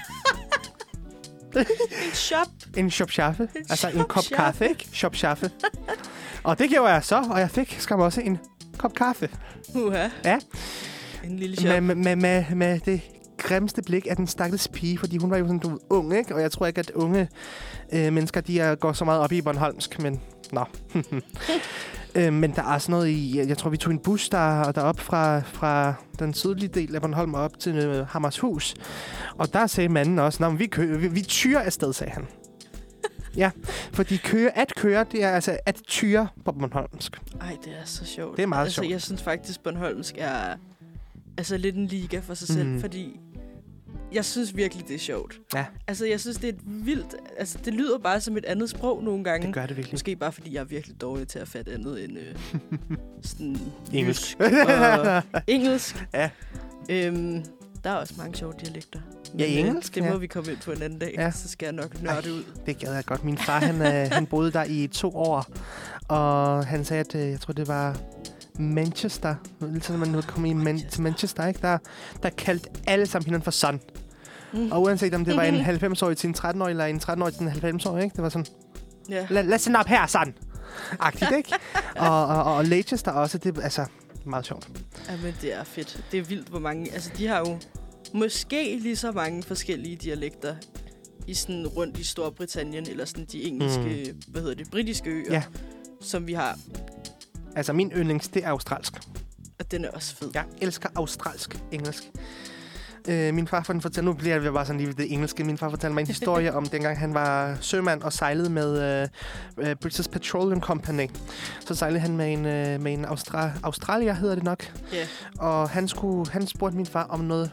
En shop kaffe. Altså en kop kaffe, ikke? Shop kaffe. Og det gjorde jeg så, og jeg fik skam også en kop kaffe. Ja. En lille shop. Med det grimmeste blik af den stakkels pige, fordi hun var jo sådan, du ved, ung, ikke? Og jeg tror ikke, at unge mennesker, de går så meget op i bornholmsk, men nå. Men der er sådan noget i... Jeg tror, vi tog en bus derop fra den sydlige del af Bornholm op til Hammershus. Og der sagde manden også, vi tyrer afsted, sagde han. Ja, fordi at køre, det er altså at tyre på bornholmsk. Ej, det er så sjovt. Det er meget sjovt. Jeg synes faktisk, bornholmsk er altså lidt en liga for sig selv, fordi jeg synes virkelig, det er sjovt. Ja. Altså, jeg synes, det er et vildt... Altså, det lyder bare som et andet sprog nogle gange. Det gør det virkelig. Måske bare, fordi jeg er virkelig dårlig til at fatte andet end sådan engelsk. Og engelsk. Ja. Der er også mange sjove dialekter. Ja, engelsk. Det må vi komme ind på en anden dag, så skal jeg nok nørde ud. Det gad jeg godt. Min far, han boede der i 2 år, og han sagde, at jeg tror, det var Manchester. Ligesom man nu kom til Manchester, ikke? Der kaldte alle sammen hinanden for son. Og uanset om det var en 90-årig til en 13-årig, eller en 13-årig til en 90-årig, ikke? Det var sådan, listen up her, son! Agtigt, ikke? og Leicester også, det er altså meget sjovt. Jamen, det er fedt. Det er vildt, hvor mange... Altså, de har jo måske lige så mange forskellige dialekter i sådan rundt i Storbritannien, eller sådan de engelske, britiske øer, som vi har. Altså, min yndlings, det er australsk. Og den er også fed. Jeg elsker australsk engelsk. Min far fortalte, nu bliver jeg bare sådan lige ved det engelske. Min far fortalte mig en historie om dengang han var sømand og sejlede med British Petroleum Company. Så sejlede han med en Australier, hedder det nok. Yeah. Og han spurgte min far om noget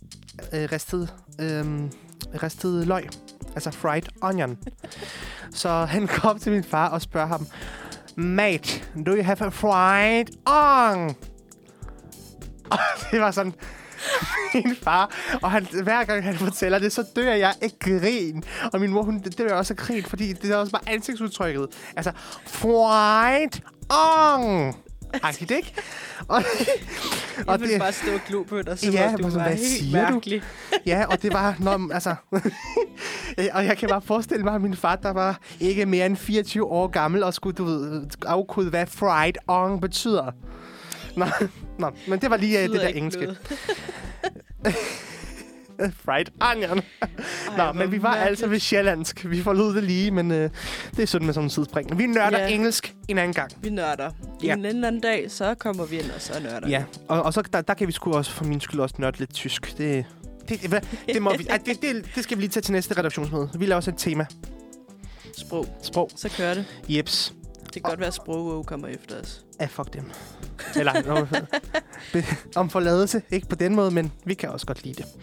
ristet løg. Altså fried onion. Så han kom til min far og spørger ham, mate, do you have a fried onion? Og det var sådan... min far, og hver gang han fortæller det, så dør jeg af grin. Og min mor, hun dør også af grin, fordi det er også bare ansigtsudtrykket. Altså, fried ong! Agtigt, ikke? Jeg ville bare stå og glo på dig, så du var helt mærkelig. Ja, og det var, altså... og jeg kan bare forestille mig, at min far, der var ikke mere end 24 år gammel, og skulle, afkode, hvad fried ong betyder. Nå, men det var lige det der engelske. Fried onion. Men vi var altså ved sjællandsk. Vi forlod det lige, men det er sådan med sådan en sidespring. Vi nørder engelsk en anden gang. Vi nørder. En anden dag, så kommer vi ind og så nørder. Ja, og så der kan vi sgu også for min skyld også nørde lidt tysk. Det må vi. Det skal vi lige tage til næste redaktionsmøde. Vi laver også et tema. Sprog. Så kører det. Jeps. Det kan godt være, at Sprogwog kommer efter os. Fuck dem. Eller om forladelse. Ikke på den måde, men vi kan også godt lide det.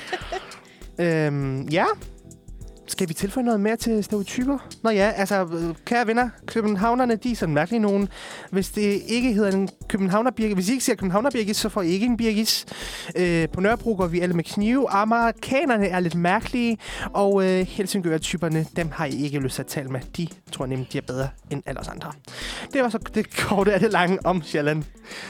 Ja. Skal vi tilføje noget mere til stereotyper? Nå ja, altså, kære venner, københavnerne, de er sådan mærkelige nogen. Hvis det ikke hedder en københavnerbirkis, hvis I ikke siger københavnerbirkis, så får I ikke en birkis. På Nørrebro går vi alle med knive. Amerikanerne er lidt mærkelige, og Helsingør-typerne, dem har I ikke lyst til at tale med. De tror nemlig, de er bedre end alle os andre. Det var så det korte af det lange om Sjælland.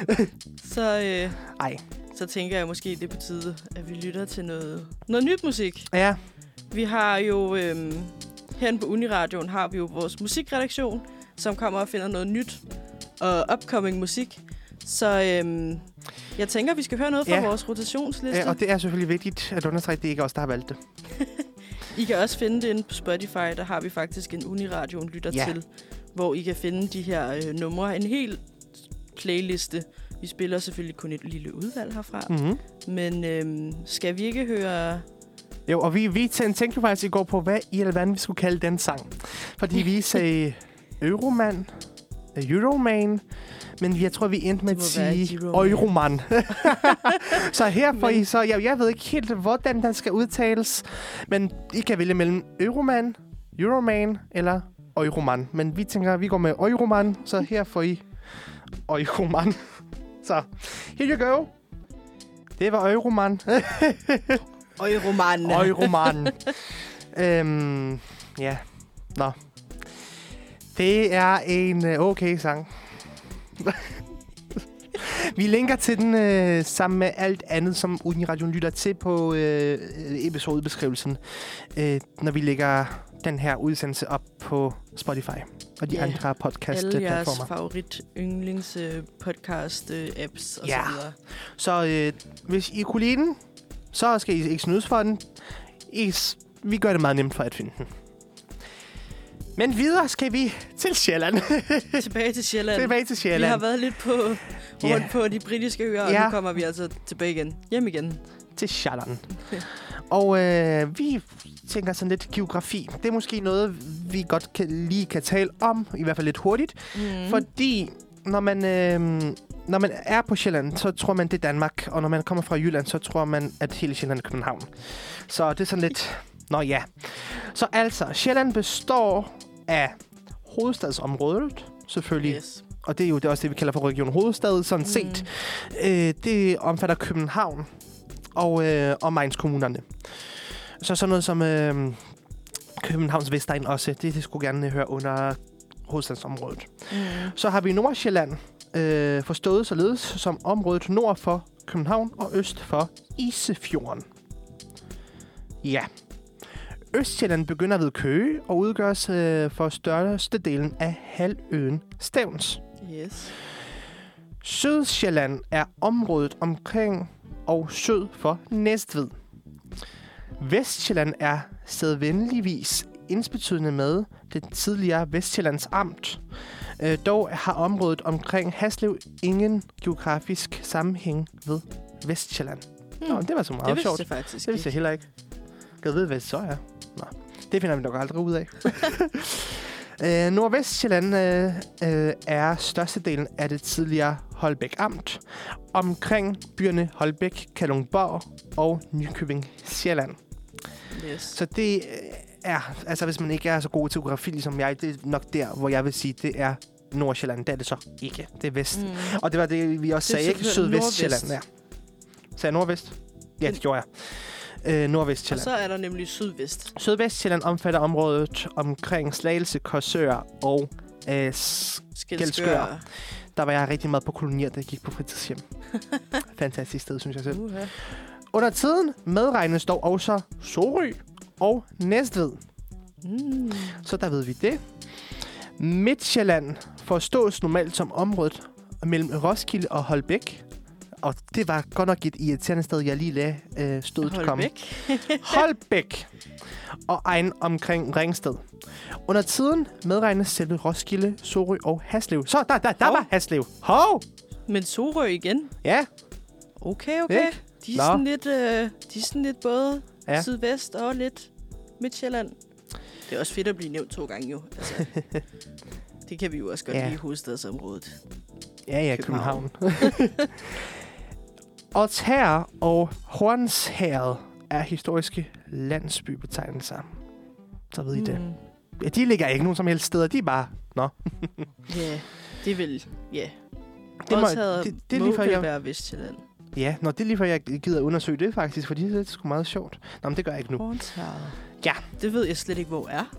Så tænker jeg måske, det er på tide, at vi lytter til noget nyt musik. Ja. Vi har jo, herinde på Uniradioen har vi jo vores musikredaktion, som kommer og finder noget nyt og upcoming musik. Så jeg tænker, vi skal høre noget fra vores rotationsliste. Ja, og det er selvfølgelig vigtigt at understrege, at det ikke er os, der har valgt det. I kan også finde det inde på Spotify. Der har vi faktisk en Uniradioen lytter til, hvor I kan finde de her numre. En hel playliste. Vi spiller selvfølgelig kun et lille udvalg herfra. Mm-hmm. Men skal vi ikke høre... Jo, og vi tænkte faktisk i går på, hvad i alverden vi skulle kalde den sang. Fordi vi sagde Euroman, men jeg tror, vi endte med at sige Euroman. Så her får I så... Jeg ved ikke helt, hvordan den skal udtales, men I kan vælge mellem Euroman eller Euroman. Men vi tænker, vi går med Euroman, så her får I Euroman. Så, here you go. Det var Euroman. Euroman. Ja. Nå. Det er en okay sang. Vi linker til den sammen med alt andet, som Uniradioen lytter til på episodebeskrivelsen, når vi lægger den her udsendelse op på Spotify og de andre podcast-platformer. Alle jeres favorit-yndlings-podcast-apps og så videre. Så hvis I kunne lide den, Så skal I ikke snydes for den. Vi gør det meget nemt for at finde den. Men videre skal vi til Sjælland. Tilbage til Sjælland. Tilbage til Sjælland. Vi har været lidt rundt på de britiske øer, og nu kommer vi altså tilbage igen. Hjem igen. Til Sjælland. Og vi tænker sådan lidt geografi. Det er måske noget, vi godt kan tale om, i hvert fald lidt hurtigt. Fordi når man er på Sjælland, så tror man, det er Danmark. Og når man kommer fra Jylland, så tror man, at hele Sjælland er København. Så det er sådan lidt... Nå ja. Så altså, Sjælland består af hovedstadsområdet, selvfølgelig. Yes. Og det er jo også det, vi kalder for Region Hovedstad, sådan set. Det omfatter København og omegnskommunerne. Så sådan noget som Københavns Vestegn også. Det skulle gerne høre under hovedstadsområdet. Så har vi Nordsjælland, forstået således som området nord for København og øst for Isefjorden. Ja. Østsjælland begynder ved Køge og udgøres for størstedelen af halvøen Stevns. Yes. Sydsjælland er området omkring og syd for Næstved. Vestsjælland er sædvanligvis ensbetydende med det tidligere Vestsjællands Amt. Dog har området omkring Haslev ingen geografisk sammenhæng ved Vestsjælland. Nå, det var så meget sjovt. Det faktisk Det vidste jeg heller ikke. Kan du vide, hvad det så er? Nå, det finder vi nok aldrig ud af. Nordvestsjælland er størstedelen af det tidligere Holbæk Amt. Omkring byerne Holbæk, Kalundborg og Nykøbing Sjælland. Yes. Så det er, altså hvis man ikke er så god til geografi ligesom jeg, det er nok der, hvor jeg vil sige, det er Nordsjælland. Det er det så ikke. Det er vest. Og det var det, vi også sagde, ikke? Sydvestsjælland. Ja. Sagde jeg nordvest? Ja, det gjorde jeg. Nordvestsjælland. Og så er der nemlig sydvest. Sydvestsjælland omfatter området omkring Slagelse, Korsør og Skælskør. Der var jeg rigtig meget på kolonier, da jeg gik på fritidshjem. Fantastisk sted, synes jeg selv. Under tiden medregnes dog også Sorø og Næstved. Så der ved vi det. Midtsjælland forstås normalt som området mellem Roskilde og Holbæk. Og det var godt nok et irriterende sted, jeg lige lagde stødet komme. Holbæk. Og egen omkring Ringsted. Under tiden medregnes selve Roskilde, Sorø og Haslev. Så der var Haslev. Hov! Men Sorø igen? Ja. Okay. De er sådan lidt både sydvest og lidt Midtsjælland. Det er også fedt at blive nævnt 2 gange jo. Altså, det kan vi jo også godt lide i hovedstadsområdet. Ja, København. Odsherred og Hornsherred er historiske landsbybetegnelser. Så ved I det. Ja, de ligger ikke nogen som helst steder. De er bare... Nå. Ja, det vil... Ja. Det må være Vestjylland. Ja, det er lige før, jeg gider undersøge det faktisk, fordi det er sgu meget sjovt. Nå, men det gør jeg ikke nu. Hornsherred. Ja. Det ved jeg slet ikke, hvor er.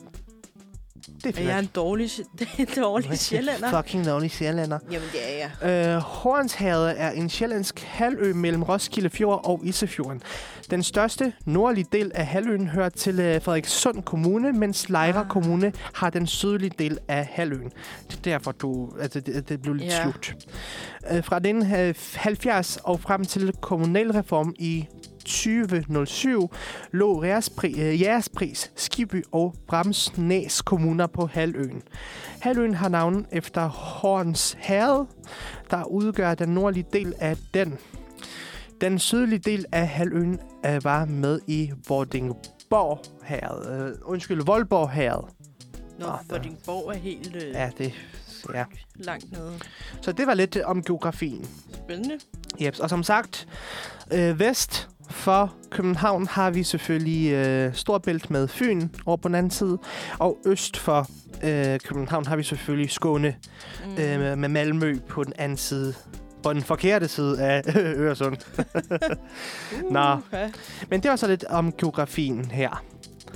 Det er jeg en dårlig sjællander? Fucking dårlig sjællander. Jamen, det er jeg. Hornsherred er en sjællandsk halvø mellem Roskilde Fjord og Isefjorden. Den største nordlige del af halvøen hører til Frederikssund Kommune, mens Lejre Kommune har den sydlige del af halvøen. Det er derfor, det blev lidt slugt. Fra 1970 og frem til kommunalreform i 2007 lå Jægerspris, Skibby og Bramsnæs kommuner på halvøen. Halvøen har navn efter Hornsherred, der udgør den nordlige del af den. Den sydlige del af halvøen var med i Vordingborg Herred. Vordingborg er helt langt nede. Så det var lidt om geografien. Spændende. Yep. Og som sagt, vest for København har vi selvfølgelig Storebælt med Fyn over på den anden side. Og øst for København har vi selvfølgelig Skåne med Malmø på den anden side. På den forkerte side af Øresund. Nå. Men det var så lidt om geografien her.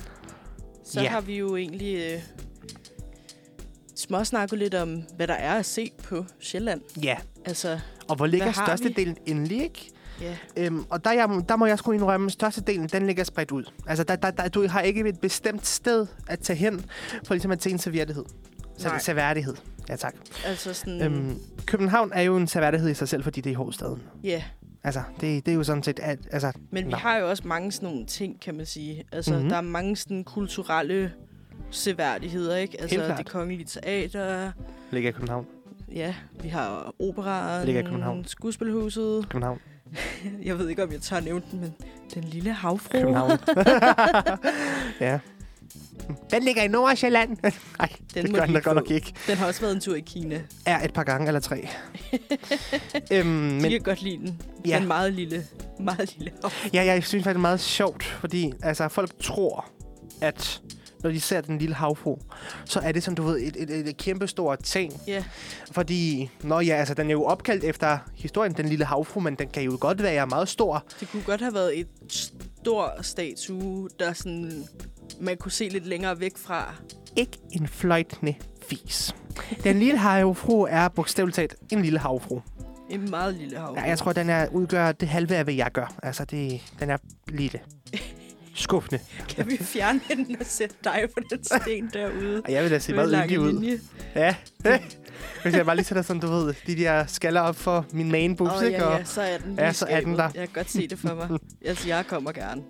Så har vi jo egentlig småsnakket lidt om, hvad der er at se på Sjælland. Ja. Altså, og hvor ligger størstedelen endelig, ikke? Yeah. Og der må jeg sgu indrømme, at størstedelen, den ligger spredt ud. Altså, du har ikke et bestemt sted at tage hen, for ligesom at tage en seværdighed. Seværdighed. Ja, tak. Altså sådan... København er jo en seværdighed i sig selv, fordi det er i hovedstaden. Ja. Yeah. Altså, det er jo sådan set... Altså, men vi har jo også mange sådan nogle ting, kan man sige. Altså, der er mange sådan kulturelle seværdigheder, ikke? Altså, Det Kongelige Teater... Ligger i København. Ja, vi har operaen... Ligger i København. Skuespilhuset. København. Jeg ved ikke, om jeg tør nævne den, men Den Lille Havfru. København. Ja. Den ligger i Nordsjælland. Nej, det gør den godt nok ikke. Den har også været en tur i Kina. Ja, et par gange eller 3. Men jeg kan godt lide den. Ja. Den meget lille havfru. Ja, jeg synes faktisk, det er meget sjovt, fordi altså, folk tror, at når de ser Den Lille Havfru, så er det sådan, du ved, et kæmpestort ting. Yeah. Fordi, altså, den er jo opkaldt efter historien Den Lille Havfru, men den kan jo godt være meget stor. Det kunne godt have været et stor statue, der sådan, man kunne se lidt længere væk fra. Ikke en fløjtende fis. Den Lille Havfru er bogstaveligt talt en lille havfru. En meget lille havfru. Ja, jeg tror, den udgør det halve af, hvad jeg gør. Altså, den er lille. Skuffende. Kan vi fjerne den og sætte dig på den sten derude? Jeg vil da se meget yndig ud. Ja. Hvis jeg bare lige sætter sådan, du ved, de der skaller op for min main boobs, ikke? Ja, så er den ja, så er den der. Jeg kan godt se det for mig. Altså, jeg kommer gerne.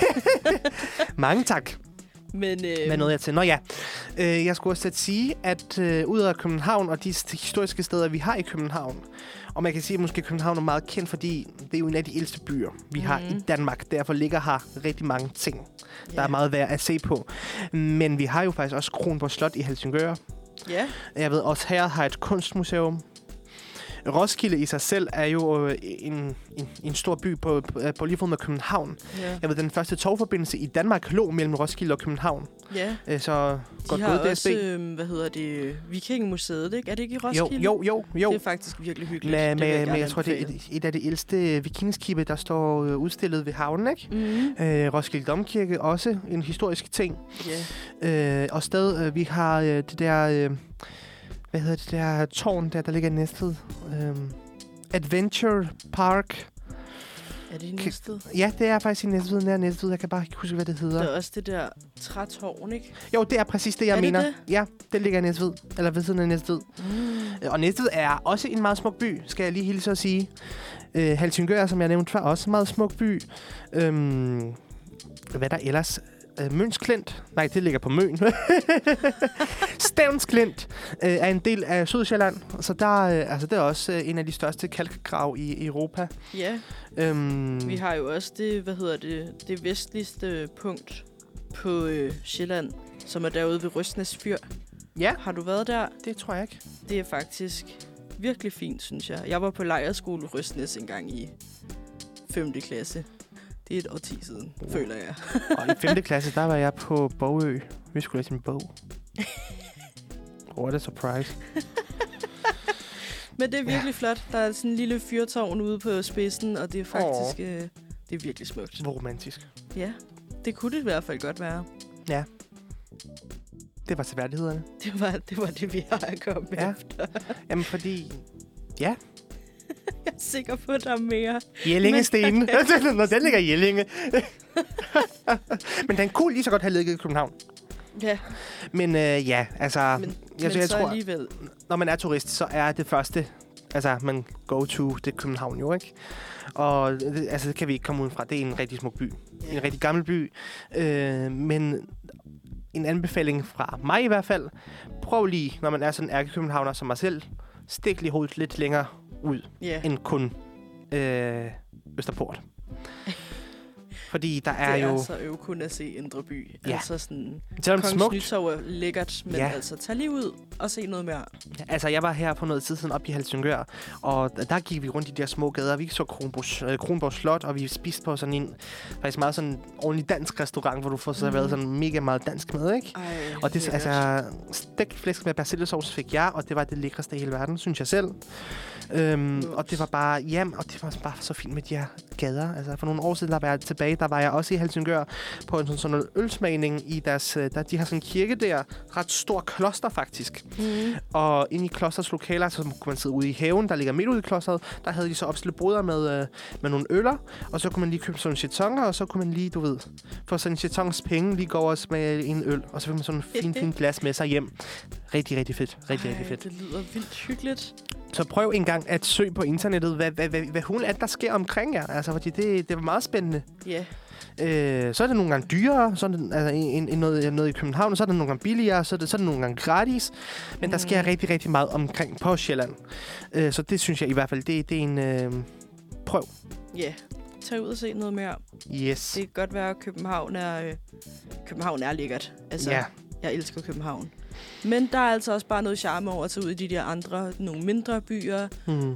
Mange tak. Men hvad nåede jeg til? Nå ja, jeg skulle også sige, at ud af København og de historiske steder, vi har i København, og man kan sige, at måske København er meget kendt, fordi det er jo en af de ældste byer, vi har i Danmark. Derfor ligger her rigtig mange ting, der er meget værd at se på. Men vi har jo faktisk også Kronborg Slot i Helsingør. Ja. Jeg ved også, her har et kunstmuseum. Roskilde i sig selv er jo en stor by på lige fod med København. Yeah. Jeg ved, den første togforbindelse i Danmark lå mellem Roskilde og København. Ja. Så godt gået gået, DSB. De har også, Vikingemuseet, ikke? Er det ikke i Roskilde? Jo. Det er faktisk virkelig hyggeligt. Jeg tror, det er et af de ældste vikingskibe, der står udstillet ved havnen, ikke? Roskilde Domkirke, også en historisk ting. Yeah. Og sted, vi har det der... hvad hedder det der tårn, der ligger i Næstved? Adventure Park. Er det i Næstved? Ja, det er faktisk i Næstved, nær Næstved. Jeg kan bare ikke huske, hvad det hedder. Der er også det der trætårn, ikke? Jo, det er præcis det, jeg mener. Det? Ja, det ligger i Næstved. Eller ved siden af Næstved. Og Næstved er også en meget smuk by, skal jeg lige hilse at sige. Helsingør, som jeg nævnte før, også en meget smuk by. Hvad der ellers... Møns Klint. Nej, det ligger på Møn. Stevns Klint er en del af Sydsjælland. Så det er også en af de største kalkgrav i Europa. Ja. Vi har jo også det vestligste punkt på Sjælland, som er derude ved Røsnæs Fyr. Ja. Har du været der? Det tror jeg ikke. Det er faktisk virkelig fint, synes jeg. Jeg var på lejrskole i Røsnæs engang i 5. klasse. Det er et årti siden, føler jeg. Og i 5. klasse, der var jeg på Bogø. Vi skulle læse en bog. What a surprise. Men det er virkelig flot. Der er sådan en lille fyrtårn ude på spidsen, og det er faktisk det er virkelig smukt. Hvor romantisk. Ja, det kunne det i hvert fald godt være. Ja. Det var seværdighederne. Det var det, vi har at komme efter. Jamen, fordi... Ja. Jeg er sikker på, at der er mere. Jellingestenen. Når den ligger i Jellinge. Men den kunne lige så godt have ligget i København. Ja. Men ja, altså... Jeg tror, alligevel... Når man er turist, så er det første... Altså, man go to, det er København jo, ikke? Og det kan vi ikke komme ud fra. Det er en rigtig smuk by. Yeah. En rigtig gammel by. Men en anbefaling fra mig i hvert fald. Prøv lige, når man er sådan en ærkekøbenhavner som mig selv, stik lige hovedet lidt længere ud, end kun Østerport. Fordi der er jo... Det er så kun at se Indre By. Ja. Altså sådan... Kongens Nytorv er lækkert, men altså tag lige ud og se noget mere. Ja, altså, jeg var her for noget tid siden op i Helsingør, og der gik vi rundt i de der små gader. Vi så Kronborg Slot, og vi spiste på sådan en faktisk meget sådan ordentlig dansk restaurant, hvor du får serveret sådan mega meget dansk mad, ikke? Ej, og det altså stegt flæsk med persillesauce fik jeg, og det var det lækreste i hele verden, synes jeg selv. Og det var bare og det var bare så fint med de her gader. Altså for nogle år siden, der var jeg tilbage, der var jeg også i Helsingør på sådan noget ølsmagning i deres, de har sådan en kirke der, ret stor kloster faktisk. Og inde i klosters lokaler, så kunne man sidde ude i haven, der ligger midt ude i klosteret, der havde de så opstillet boder med nogle øller, og så kunne man lige købe sådan en chetonger, og så kunne man lige, du ved, for sådan en chetons penge, lige gå over og smage en øl, og så fik man sådan en fin glas med sig hjem. Rigtig, rigtig fedt. Rigtig fedt. Det lyder vildt hyggeligt. Så prøv en gang at søge på internettet, hvad hun er, der sker omkring jer. Altså, fordi det var meget spændende. Ja. Så er det nogle gange dyrere, så er det, altså, noget i København, så er det nogle gange billigere, så er det nogle gange gratis. Men der sker rigtig, rigtig meget omkring på Sjælland. Så det synes jeg i hvert fald, det er en prøv. Ja, tag ud og se noget mere. Yes. Det kan godt være, at København er lækkert. Altså, Ja. Jeg elsker København. Men der er altså også bare noget charme over at tage ud i de der andre, nogle mindre byer.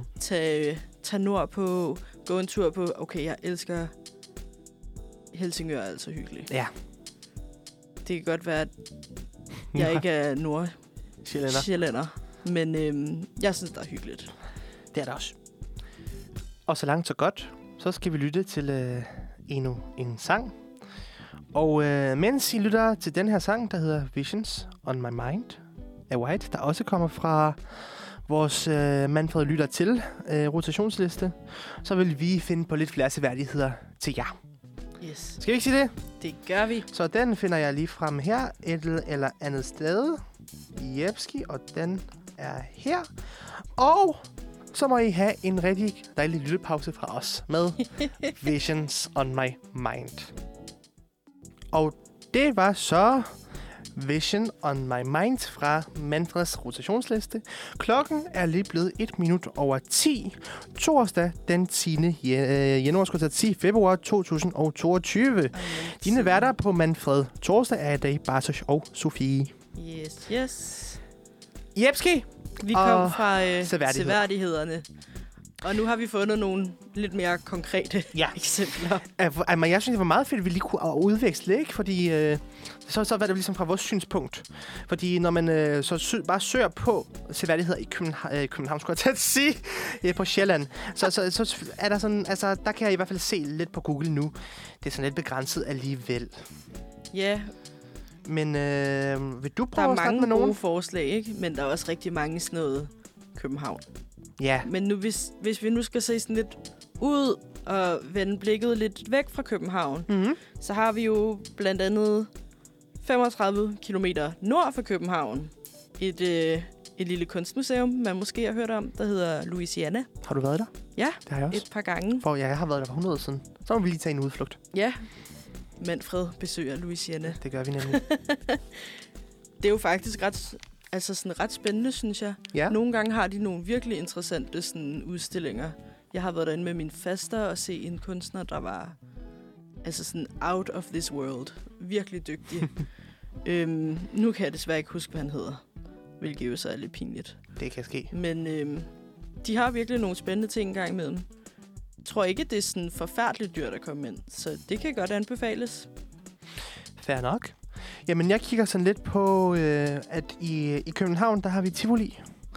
Tag nordpå, gå en tur på, okay, jeg elsker Helsingør er altså hyggeligt. Ja. Det kan godt være, at jeg ikke er nordsjællænder, men jeg synes, det er hyggeligt. Det er det også. Og så langt så godt, så skal vi lytte til endnu en sang. Og mens I lytter til den her sang, der hedder Visions on My Mind af White, der også kommer fra vores Manfred lytter til rotationsliste, så vil vi finde på lidt flere seværdigheder til jer. Yes. Skal vi ikke sige det? Det gør vi. Så den finder jeg lige frem her, et eller andet sted. Jepski, og den er her. Og så må I have en rigtig dejlig lyttepause fra os med Visions on My Mind. Og det var så Vision on My Mind fra Manfreds rotationsliste. Klokken er lige blevet 1 minut over 10. Torsdag den 10. januar, 10. februar 2022. Dine værter på Manfred torsdag er i dag Bartosz og Sofie. Yes. Jepski! Vi kom fra seværdighederne. Og nu har vi fundet nogle lidt mere konkrete eksempler. Jeg synes, det var meget fedt, at vi lige kunne udveksle, ikke? Fordi så var det ligesom fra vores synspunkt. Fordi når man bare søger på seværdigheder i København, skulle jeg til at sige, på Sjælland, så er der sådan, altså, der kan jeg i hvert fald se lidt på Google nu. Det er sådan lidt begrænset alligevel. Ja. Men vil du prøve at snakke med nogen? Der er mange gode forslag, ikke? Men der er også rigtig mange sådan noget København. Ja. Men nu, hvis vi nu skal se sådan lidt ud og vende blikket lidt væk fra København, så har vi jo blandt andet 35 kilometer nord for København et lille kunstmuseum, man måske har hørt om, der hedder Louisiana. Har du været der? Ja, det har jeg også. Et par gange. Jeg har været der for 100 år siden. Så må vi lige tage en udflugt. Ja, Manfred besøger Louisiana. Det gør vi nemlig. Det er jo faktisk ret spændende, synes jeg. Ja. Nogle gange har de nogle virkelig interessante sådan, udstillinger. Jeg har været derinde med min faster og se en kunstner, der var altså sådan out of this world. Virkelig dygtig. Nu kan jeg desværre ikke huske, hvad han hedder. Hvilket jo så er lidt pinligt. Det kan ske. Men de har virkelig nogle spændende ting engang imellem. Jeg tror ikke, det er sådan forfærdeligt dyrt at komme ind. Så det kan godt anbefales. Fair nok. Jamen, jeg kigger sådan lidt på, at i København, der har vi Tivoli.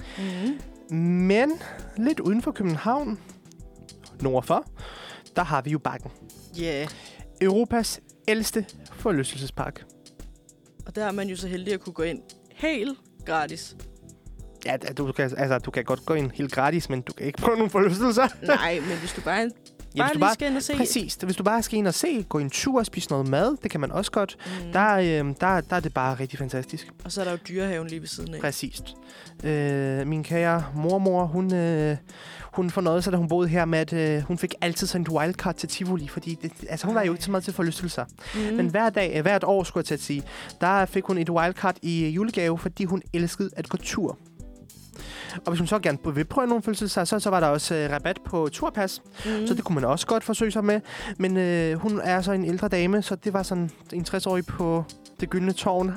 Men lidt uden for København, nordfor, der har vi jo Bakken. Ja. Yeah. Europas ældste forlystelsespark. Og der er man jo så heldig at kunne gå ind helt gratis. Ja, du kan godt gå ind helt gratis, men du kan ikke prøve nogle forlystelser. Nej, men hvis du bare skal ind og se. Præcis. Hvis du bare skal ind og se, gå en tur og spise noget mad, det kan man også godt. Der er det bare rigtig fantastisk. Og så er der jo dyrehaven lige ved siden af. Præcis. Min kære mormor, hun fornøjede sig, da hun boede her med, at hun fik altid sådan et wildcard til Tivoli, fordi hun var jo ikke så meget til forlystelser. Men hvert år, skulle jeg til at sige, der fik hun et wildcard i julegave, fordi hun elskede at gå tur. Og hvis hun så gerne vil prøve nogle forlystelser, så var der også rabat på turpas. Så det kunne man også godt forsøge sig med. Men hun er så en ældre dame, så det var sådan en 60-årig på det gyldne tårn.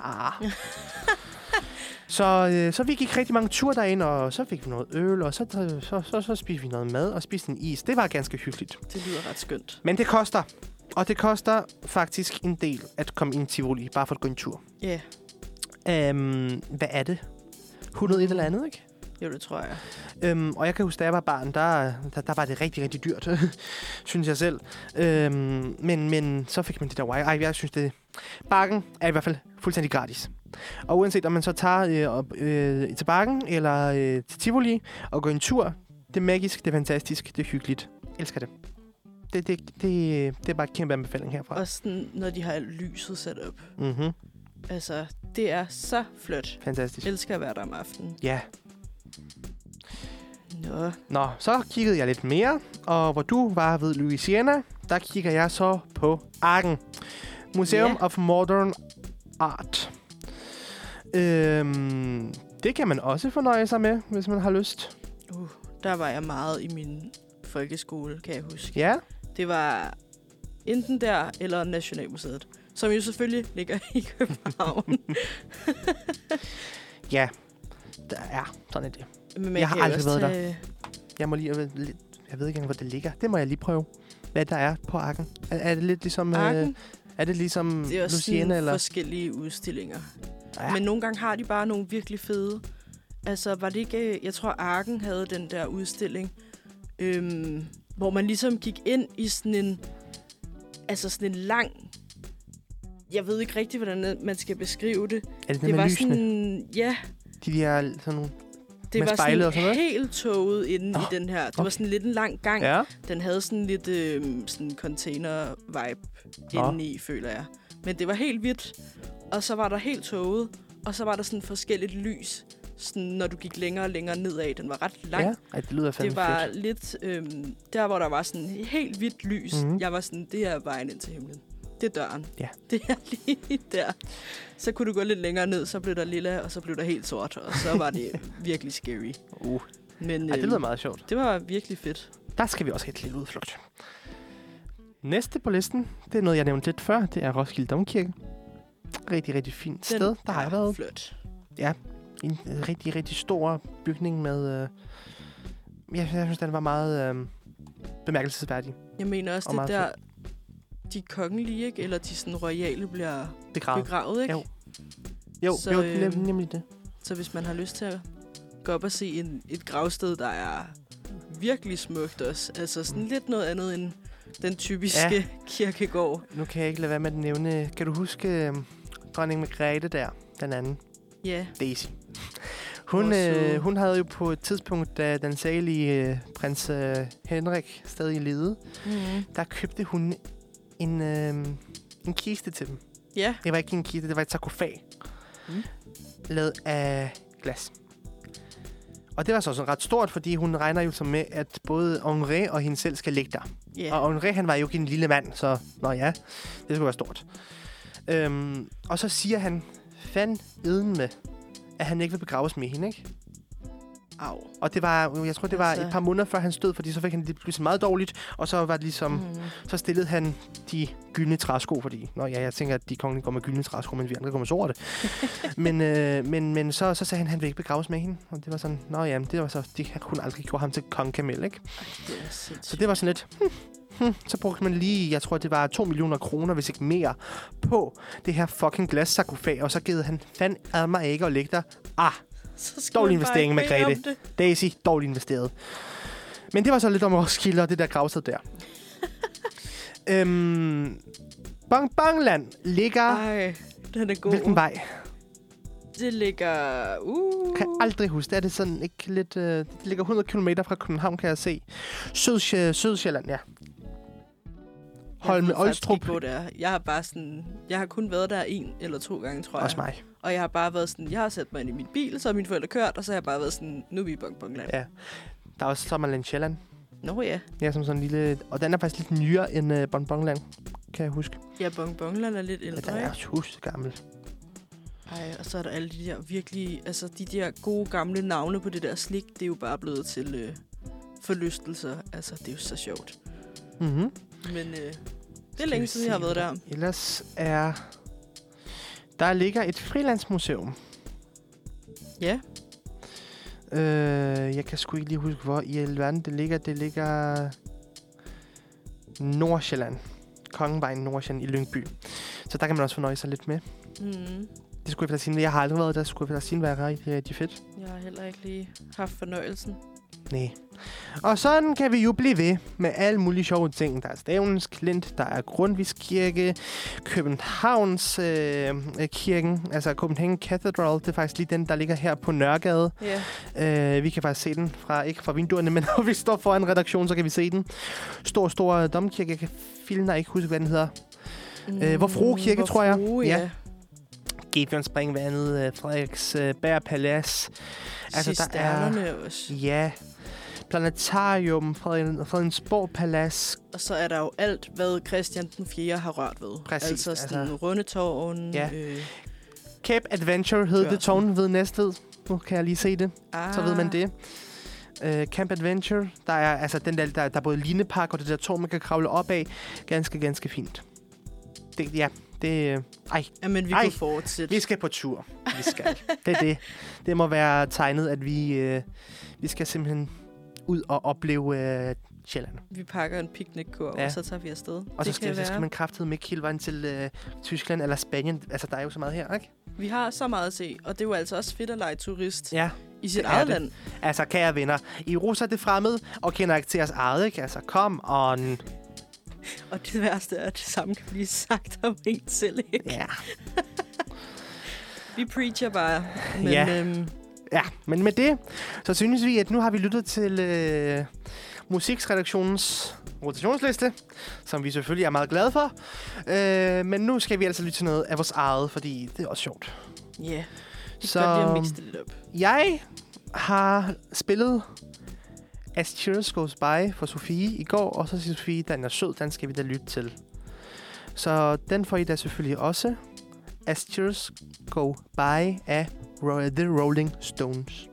Så vi gik rigtig mange ture derind, og så fik vi noget øl, og så spiste vi noget mad og spiste en is. Det var ganske hyggeligt. Det lyder ret skønt. Men det koster. Og det koster faktisk en del at komme ind i Tivoli, bare for at gå en tur. Ja. Hvad er det? 101 eller andet, ikke? Jo, det tror jeg. Og jeg kan huske, da jeg var barn, der var det rigtig, rigtig dyrt, synes jeg selv. Men så fik man det der jeg synes, det Bakken er i hvert fald fuldstændig gratis. Og uanset om man så tager til Bakken eller til Tivoli og går en tur, det er magisk, det er fantastisk, det er hyggeligt. Jeg elsker det. Det er bare en kæmpe anbefaling herfra. Også når de har lyset sat op. Altså, det er så flot. Fantastisk. Jeg elsker at være der om aftenen. Ja. Nå, så kiggede jeg lidt mere, og hvor du var ved Louisiana, der kigger jeg så på Arken. Museum of Modern Art. Det kan man også fornøje sig med, hvis man har lyst. Der var jeg meget i min folkeskole, kan jeg huske. Ja. Det var enten der, eller Nationalmuseet, som jo selvfølgelig ligger i København. Ja, sådan er det. Men jeg har aldrig været der. Jeg ved ikke engang, hvor det ligger. Det må jeg lige prøve, hvad der er på Arken. Er det lidt ligesom... Arken? Er det ligesom det er Luciana, eller? Forskellige udstillinger. Ja. Men nogle gange har de bare nogle virkelig fede. Altså, var det ikke... Jeg tror, Arken havde den der udstilling, hvor man ligesom gik ind i sådan en... Altså sådan en lang... Jeg ved ikke rigtig, hvordan man skal beskrive det. Er det var lysene? Sådan... Ja. De der sådan nogle... Det var sådan, og sådan helt tåget inde i den her. Det var sådan lidt en lang gang. Ja. Den havde sådan lidt sådan container-vibe indeni, føler jeg. Men det var helt hvidt, og så var der helt tåget, og så var der sådan forskelligt lys, sådan, når du gik længere og længere nedad. Den var ret lang. Ja, det lyder fandme fedt. Det var fedt. lidt... der, hvor der var sådan helt hvidt lys, jeg var sådan, det er vejen ind til himlen. Det er døren. Ja. Det er lige der. Så kunne du gå lidt længere ned, så blev der lilla, og så blev der helt sort, og så var det virkelig scary. Men, det lyder meget sjovt. Det var virkelig fedt. Der skal vi også have et lille udflugt. Næste på listen, det er noget, jeg nævnte lidt før. Det er Roskilde Domkirke. Rigtig, rigtig fint sted. Der har jeg været. Flot. Ja, en rigtig, rigtig stor bygning med... jeg synes, den var meget bemærkelsesværdig. Jeg mener også, det der... De kongelige, ikke? Eller de sådan royale bliver begravet, ikke? Jo, nemlig det. Så hvis man har lyst til at gå op og se et gravsted, der er virkelig smukt også. Altså sådan lidt noget andet end den typiske kirkegård. Nu kan jeg ikke lade være med at nævne... Kan du huske dronning Margrethe der? Den anden? Ja. Daisy. Hun havde jo på et tidspunkt, da den salige prins Henrik stadig levede, der købte hun en kiste til dem. Ja. Det var ikke en kiste, det var et sarkofag. Lavet af glas. Og det var så sådan ret stort, fordi hun regner jo så med, at både Henri og hende selv skal ligge der. Yeah. Og Henri, han var jo ikke en lille mand, så det skulle være stort. Og så siger han med, at han ikke vil begraves med hende, ikke? Au. Og det var, jeg tror, det var et par måneder før han stod, fordi så fik han det pludselig meget dårligt, og så var det ligesom, så stillede han de gyldne træsko, fordi, jeg tænker, at de kongelige går med gyldne træsko, men vi andre går med sorte. men så sagde han vil ikke begraves med hende, og det var sådan, det var så, de kunne aldrig gjorde ham til kongekamel, ikke? Så det var sådan lidt, så brugte man lige, jeg tror, det var 2 millioner kroner, hvis ikke mere, på det her fucking glassarkofag, og så givet han fandme mig ikke at ligge der. Dårlig investering, Margrethe. Daisy, dårlig investeret. Men det var så lidt om Roskilde og det der gravsted der. Bonbonland ligger... Ej, den er god. Hvilken vej? Det ligger... Kan aldrig huske. Er det sådan ikke lidt... det ligger 100 km fra København, kan jeg se. Sydsjælland, ja. Holme Olstrup. Jeg har bare sådan... Jeg har kun været der 1 eller 2 gange, tror jeg. Også mig. Og jeg har bare været sådan... Jeg har sat mig ind i min bil, så har mine forældre kørt, og så har jeg bare været sådan... Nu er vi i Bonbonland. Ja. Der er også Sommerland Sjælland. Nå ja. Ja, som sådan en lille... Og den er faktisk lidt nyere end Bonbonland, kan jeg huske. Ja, Bonbonland er lidt ældre, ja, den er just gammel. Ej, og så er der alle de der virkelig... Altså, de der gode gamle navne på det der slik, det er jo bare blevet til forlystelser. Altså, det er jo så sjovt. Men det er længe siden, jeg har været der. Ellers er... Der ligger et frilandsmuseum. Ja. Jeg kan sgu ikke lige huske, hvor i alverden det ligger. Det ligger... Nordsjælland. Kongevejen Nordsjælland i Lyngby. Så der kan man også fornøje sig lidt med. Det skulle jeg sige. Jeg har aldrig været der. Skulle jeg sige, være rigtig fedt. Jeg har heller ikke lige haft fornøjelsen. Nej. Og sådan kan vi jo blive ved med alle mulige sjove ting. Der er Stevns Klint, der er Grundtvigs Kirke, Københavns kirken, altså Copenhagen Cathedral. Det er faktisk lige den, der ligger her på Nørregade. Yeah. Vi kan faktisk se den ikke fra vinduerne, men når vi står foran redaktionen, så kan vi se den. Stor domkirke. Jeg kan ikke huske, hvad den hedder. Vor Frue Kirke, tror jeg. Ja. Gefjern Springvandet, Frederiksberg Palads. Altså, der er også. Ja. Planetarium, Fredensborg Palads. Og så er der jo alt, hvad Christian den 4. har rørt ved. Præcis. Altså sådan Rundetårn. Ja. Cape Adventure hed det tårn ved Næstved. Nu kan jeg lige se det. Så ved man det. Camp Adventure. Der er altså den der er både linepark og det der tårn, man kan kravle op af. Ganske, ganske fint. Jamen, vi kan fortsætte. Vi skal på tur. Vi skal. Det er det. Det må være tegnet, at vi skal simpelthen ud og opleve Sjælland. Vi pakker en picnickurv, og så tager vi afsted. Og så skal man kraftedeme ikke hele vejen til Tyskland eller Spanien. Altså, der er jo så meget her, ikke? Vi har så meget at se, og det er jo altså også fedt at lege turist i sit eget land. Altså, kære venner, I russer det fremmed og kender ikke til jeres eget, ikke? Altså, kom on. Og det værste er, at det samme kan blive sagt om en selv, ikke? Ja. Vi preacher bare. Men, men med det, så synes vi, at nu har vi lyttet til Musiksredaktionens rotationsliste, som vi selvfølgelig er meget glade for. Men nu skal vi altså lytte til noget af vores eget, fordi det er også sjovt. Ja, det kan godt blive mixet lidt op. Jeg har spillet As Tears Goes By for Sofie i går, og så siger Sofie, den er sød, den skal vi da lytte til. Så den får I da selvfølgelig også. As Tears Go By af The Rolling Stones.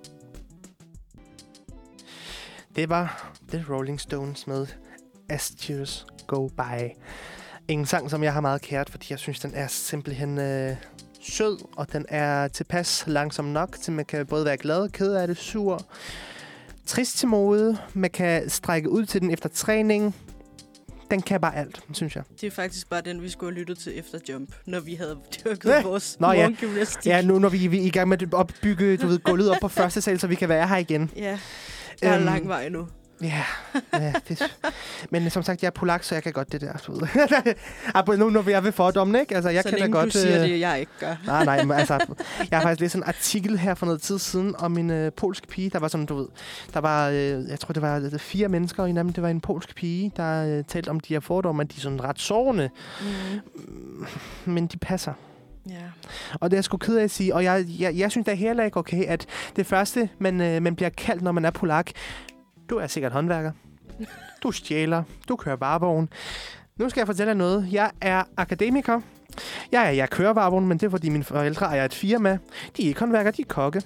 Det var The Rolling Stones med As Tears Go By. En sang, som jeg har meget kært, fordi jeg synes, den er simpelthen sød, og den er tilpas langsom nok, til man kan både være glad, ked af det, sur, trist til mode. Man kan strække ud til den efter træning. Den kan bare alt, synes jeg. Det er faktisk bare den, vi skulle have lyttet til efter Jump, når vi havde dyrket vores morgengymnastik. Ja, nu når vi er i gang med at opbygge gulvet op på første sal, så vi kan være her igen. Ja, der er lang vej nu. Ja, men som sagt, jeg er polak, så jeg kan godt det der. Nu når jeg vil fordomme, ikke? Altså, jeg så kan længe da godt, du siger det, jeg ikke gør. Nej, men altså, jeg har faktisk læst en artikel her for noget tid siden om en polsk pige, der var sådan, du ved, der var, jeg tror, det var 4 mennesker, og en af dem, det var en polsk pige, der talte om de her fordomme, at de er sådan ret sårende, men de passer. Ja. Og det er jeg sgu ked af at sige, og jeg synes, det er heller ikke okay, at det første, man bliver kaldt, når man er polak, du er sikkert håndværker. Du stjæler. Du kører varevogn. Nu skal jeg fortælle dig noget. Jeg er akademiker. Jeg kører varevogn, men det er, fordi mine forældre ejer et firma. De er ikke håndværkere, de er kokke.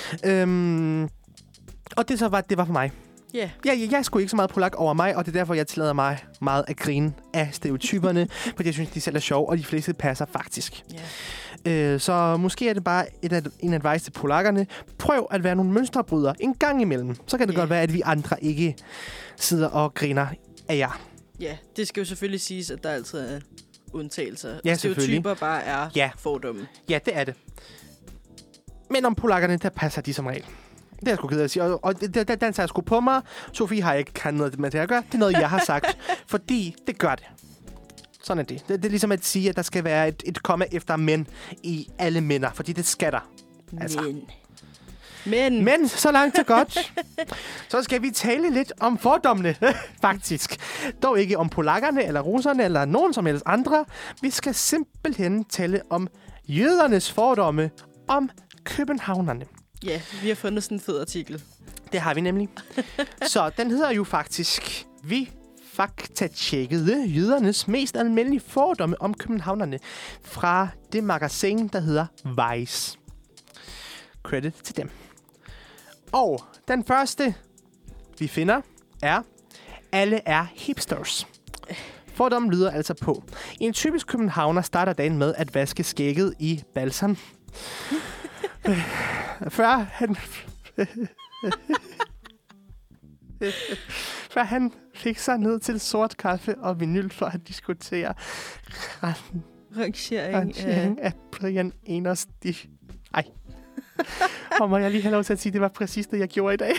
Og det var for mig. Yeah. Jeg er sgu ikke så meget polak over mig, og det er derfor, jeg tillader mig meget at grine af stereotyperne, fordi jeg synes, de selv er sjove, og de fleste passer faktisk. Yeah. Så måske er det bare en advice til polakkerne. Prøv at være nogle mønsterbrydere en gang imellem. Så kan det godt være, at vi andre ikke sidder og griner af jer. Ja, det skal jo selvfølgelig siges, at der altid er undtagelser. Ja, stereotyper bare er fordomme. Ja, det er det. Men om polakkerne, der passer de som regel. Det er jeg sgu ked af at sige. Og den tager jeg sgu på mig. Sofie har ikke kan noget med det at gøre. Det er noget, jeg har sagt. Fordi det gør det. Sådan er det. Det er ligesom at sige, at der skal være et komma efter mænd i alle mænder. Fordi det skal der. Altså. Men så langt så godt. Så skal vi tale lidt om fordommene, faktisk. Dog ikke om polakkerne, eller russerne, eller nogen som helst andre. Vi skal simpelthen tale om jødernes fordomme om københavnerne. Ja, vi har fundet sådan en fed artikel. Det har vi nemlig. Så den hedder jo faktisk, vi faktatjekkede jødernes mest almindelige fordomme om københavnerne fra det magasin, der hedder Vice. Credit til dem. Og den første, vi finder, er, alle er hipsters. Fordommen lyder altså på. En typisk københavner starter dagen med at vaske skægget i balsam. Før han fik sig ned til sort kaffe og vinyl for at diskutere rangering af Brian Eners. Ej. Og må jeg lige have lov til at sige, at det var præcis det, jeg gjorde i dag.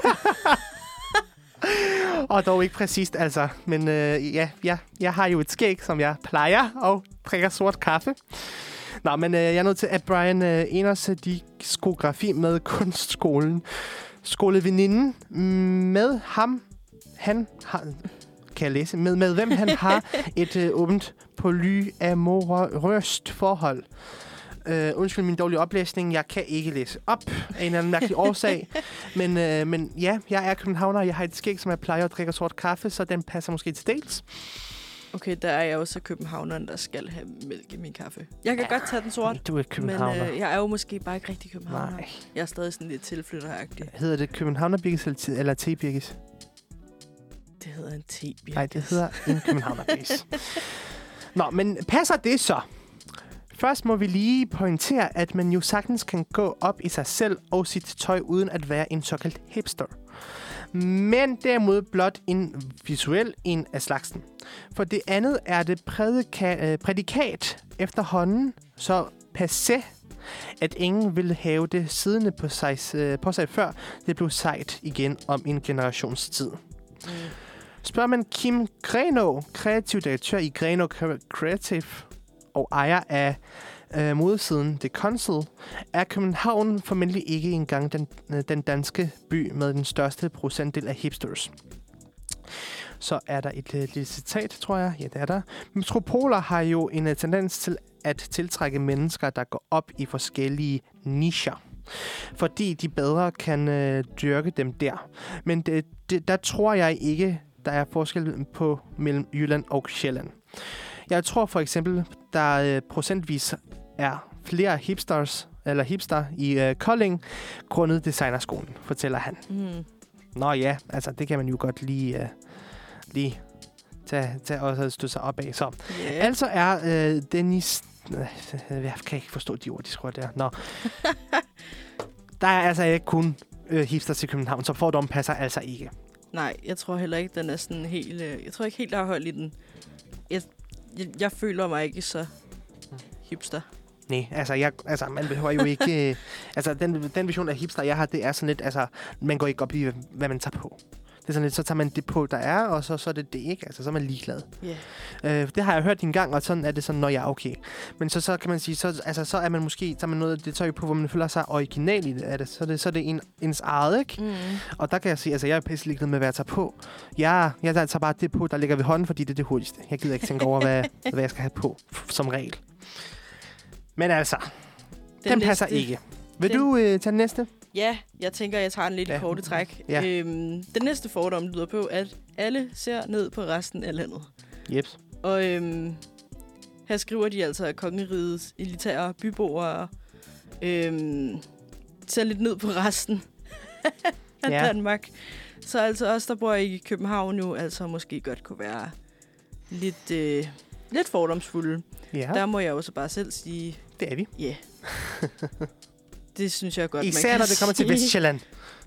Og dog ikke præcist, altså. Men jeg har jo et skæg, som jeg plejer, og drikker sort kaffe. Nå, men jeg er nødt til, at Brian Eners diskografi med kunstskolen. Skoleveninden med ham, han har, kan jeg læse, med hvem han har et åbent polyamorøst forhold. Undskyld min dårlige oplæsning. Jeg kan ikke læse op af en eller anden mærkelig årsag. Men ja, jeg er københavner, og jeg har et skæg, som jeg plejer at drikke sort kaffe, så den passer måske til dels. Okay, der er jeg også københavneren, der skal have mælk i min kaffe. Jeg kan godt tage den sort, du er københavner. men jeg er jo måske bare ikke rigtig københavner. Nej. Jeg er stadig sådan lidt tilflytteragtig. Hedder det københavnerbirkes eller tebirkes? Det hedder en tebirkes. Nej, det hedder en københavnerbirkes. Nå, men passer det så? Først må vi lige pointere, at man jo sagtens kan gå op i sig selv og sit tøj, uden at være en såkaldt hipster. Men derimod blot en visuel en af slagsen. For det andet er det prædikat efterhånden så passé, at ingen ville have det siddende på sig før det blev sejt igen om en generations tid. Spørger man Kim Grenaa, kreativ direktør i Grenaa Creative og ejer af modesiden The Consul, er København formentlig ikke engang den danske by med den største procentdel af hipsters. Så er der et lille citat, tror jeg. Ja, det er der. Metropoler har jo en tendens til at tiltrække mennesker, der går op i forskellige nicher, fordi de bedre kan dyrke dem der. Men der tror jeg ikke, der er forskel på mellem Jylland og Sjælland. Jeg tror for eksempel, der procentvis er flere hipster i Kolding grundet designerskolen, fortæller han. Nå ja, altså det kan man jo godt lige tage og støtte sig op af. Så. Yeah. Altså er Dennis... jeg kan ikke forstå de ord, de skriver der. Nå. Der er altså ikke kun hipster til København, så fordommen passer altså ikke. Nej, jeg tror heller ikke, den er sådan helt... jeg tror ikke helt, der har hold i den. Jeg føler mig ikke så hipster. Nej, altså man behøver jo ikke... den vision af hipster, jeg har, det er sådan lidt... Altså, man går ikke op i, hvad man tager på. Det er sådan lidt, så tager man det på, der er, og så er det det ikke. Altså, så er man ligeglad. Yeah. Det har jeg hørt en gang, og sådan er det sådan, når jeg er okay. Men så kan man sige, så er man måske... Tager man noget af det tøj på, hvor man føler sig original i det, af det. Så er det ens eget, ikke? Mm. Og der kan jeg sige, altså jeg er pisse ligeglad med, hvad jeg tager på. Jeg tager bare det på, der ligger ved hånden, fordi det er det hurtigste. Jeg gider ikke tænke over, hvad jeg skal have på, som regel. Men altså, den passer ikke. Vil du tage den næste? Ja, jeg tænker, jeg tager en lidt korte træk. Ja. Den næste fordom lyder på, at alle ser ned på resten af landet. Jeps. Og her skriver de altså, at kongerigets elitære byboere ser lidt ned på resten af Danmark. Så altså os, der bor i København nu, altså måske godt kunne være lidt fordomsfulde. Ja. Der må jeg også bare selv sige... Det er vi. Ja. Yeah. Det synes jeg godt, især når det kommer til Vestsjælland.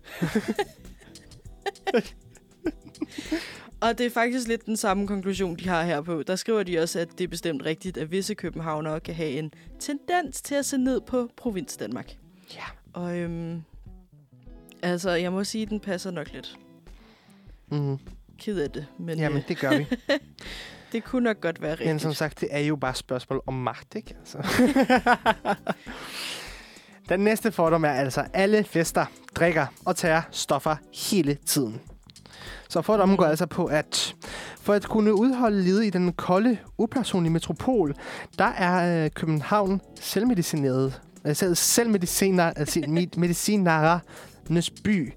Og det er faktisk lidt den samme konklusion, de har her på. Der skriver de også, at det er bestemt rigtigt, at visse københavnere kan have en tendens til at se ned på provins Danmark. Ja. Og altså, jeg må sige, at den passer nok lidt. Mm. Ked af det. Men, jamen, det gør vi. Det kunne nok godt være rigtigt. Men som sagt, det er jo bare spørgsmål om magt, ikke? Altså. Den næste fordom er altså, alle fester, drikker og tager stoffer hele tiden. Så fordommen går altså på, at for at kunne udholde livet i den kolde, upersonlige metropol, der er København selvmedicinerernes by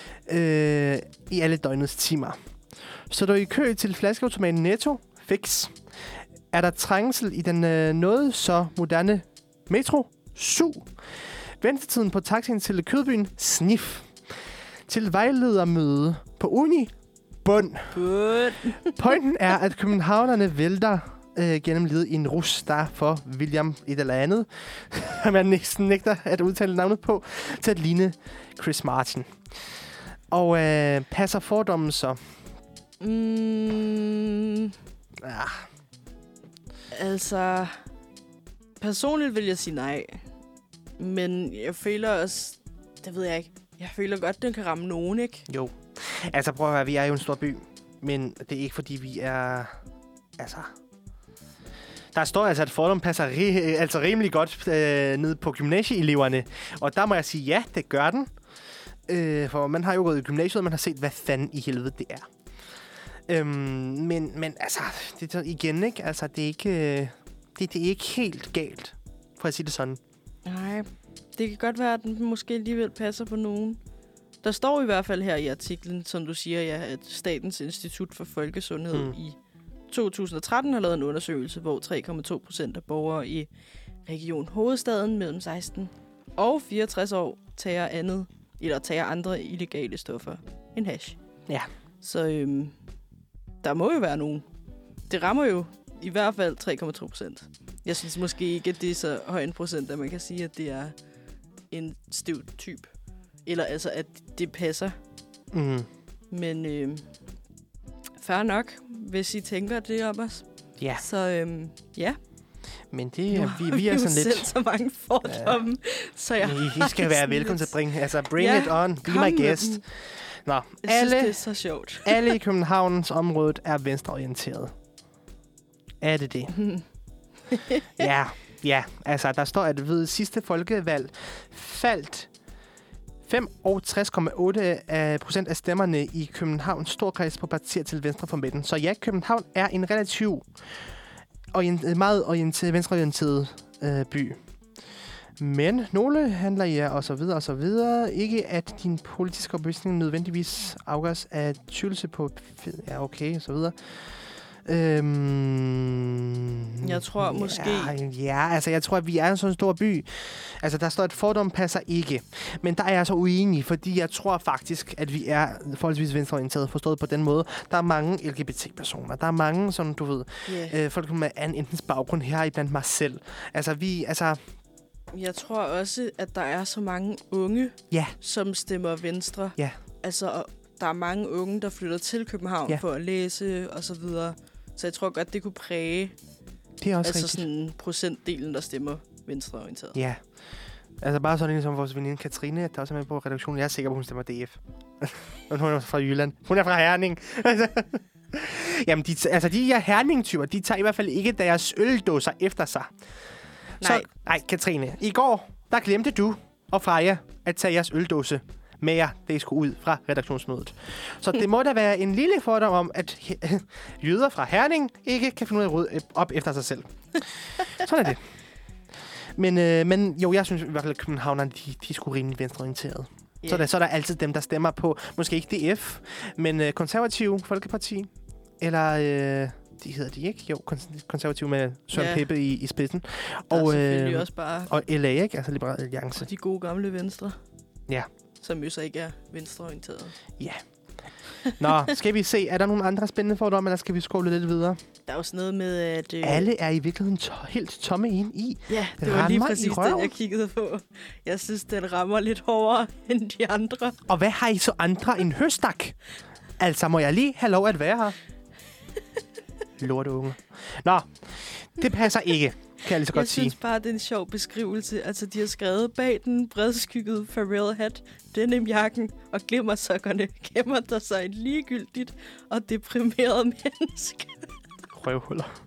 i alle døgnets timer. Så du er i kø til flaskeautomaten Netto, fix. Er der trængsel i den noget så moderne metro, sug. Ventetiden på taxien til Kødbyen, snif. Til vejledermøde på uni, bund. Pointen er, at københavnerne vælter gennem livet i en rus, der for William et eller andet, man næsten nægter at udtale navnet på, til at ligne Chris Martin. Og passer fordommen så? Ja. Altså, personligt vil jeg sige nej. Men jeg føler også, det ved jeg ikke, jeg føler godt, den kan ramme nogen, ikke? Jo. Altså prøv at høre, vi er jo en stor by, men det er ikke fordi, vi er... Altså... Der står altså, at fordom passer rimelig godt ned på gymnasieeleverne. Og der må jeg sige, ja, det gør den. For man har jo gået i gymnasiet, og man har set, hvad fanden i helvede det er. Men altså, det er igen, ikke? Altså, det er ikke helt galt, for at sige det sådan. det kan godt være, at den måske alligevel passer på nogen. Der står i hvert fald her i artiklen, som du siger, ja, at Statens Institut for Folkesundhed i 2013 har lavet en undersøgelse, hvor 3,2% af borgere i Region Hovedstaden mellem 16 og 64 år tager andre illegale stoffer end hash. Ja. Så der må jo være nogen. Det rammer jo i hvert fald 3,2%. Jeg synes måske ikke, at det er så høj en procent, at man kan sige, at det er en stiv typ. Eller altså, at det passer. Men fair nok, hvis I tænker det om os. Ja. Så ja. Men det vi er sådan lidt... selv så mange fordomme, så jeg I skal være velkommen til at bring it on. Be my guest. Nå, jeg synes, det er så sjovt. Alle i Københavns område er venstreorienteret. Er det? Ja, altså der står, at ved sidste folkevalg faldt 65,8% af stemmerne i Københavns storkreds på partier til venstre for midten. Så ja, København er en relativt meget venstreorienteret by. Men nogle handler og så videre og så videre. Ikke at din politiske overbevisning nødvendigvis afgøres af tvivlelse på... Ja, okay, og så videre. Jeg tror måske... Ja, altså jeg tror, at vi er en sådan stor by. Altså der står, at fordom passer ikke. Men der er jeg så uenig, fordi jeg tror faktisk, at vi er forholdsvis venstreorienteret, forstået på den måde. Der er mange LGBT-personer. Der er mange, som du ved, folk med anden etnisk baggrund her iblandt mig selv. Jeg tror også, at der er så mange unge, som stemmer venstre. Ja. Altså, der er mange unge, der flytter til København for at læse og så videre. Så jeg tror godt, det kunne præge det er også rigtigt. Sådan procentdelen, der stemmer venstreorienteret. Ja. Altså bare sådan en som vores veninde Katrine, der også er med på redaktionen. Jeg er sikker på, hun stemmer DF. Hun er fra Jylland. Hun er fra Herning. Jamen, de her Herning-typer, de tager i hvert fald ikke deres øldåser efter sig. Nej, Katrine. I går, der glemte du og Freja at tage jeres øldåse med jer, da I skulle ud fra redaktionsmødet. Så det må da være en lille fordom om, at jøder fra Herning ikke kan finde ud af at rydde op efter sig selv. Sådan er det. Men jo, jeg synes i hvert fald, at københavnerne, de er sgu rimelig venstreorienterede. Yeah. Så er der altid dem, der stemmer på, måske ikke DF, men Konservativ Folkeparti, eller... de hedder de ikke? Jo, konservative med Søren Pape i spidsen. Og selvfølgelig også bare... Og LA, ikke? Altså Liberal Alliance. Og de gode gamle venstre. Ja. Som jo så ikke er venstreorienteret. Ja. Nå, skal vi se. Er der nogle andre spændende fordomme, eller skal vi skåle lidt videre? Der er også noget med, at... Alle er i virkeligheden helt tomme ind i. Ja, det var lige præcis den, jeg kiggede på. Jeg synes, den rammer lidt hårdere end de andre. Og hvad har I så andre end høstak? Altså, må jeg lige have lov at være her? Lorteunge. Nå, det passer ikke, kan jeg lige så godt sige. Jeg synes bare, det er en sjov beskrivelse. Altså, de har skrevet bag den bredskyggede Pharrell hat, denimjakken og glimmersokkerne gemmer der sig et ligegyldigt og deprimeret menneske. Røvhuller.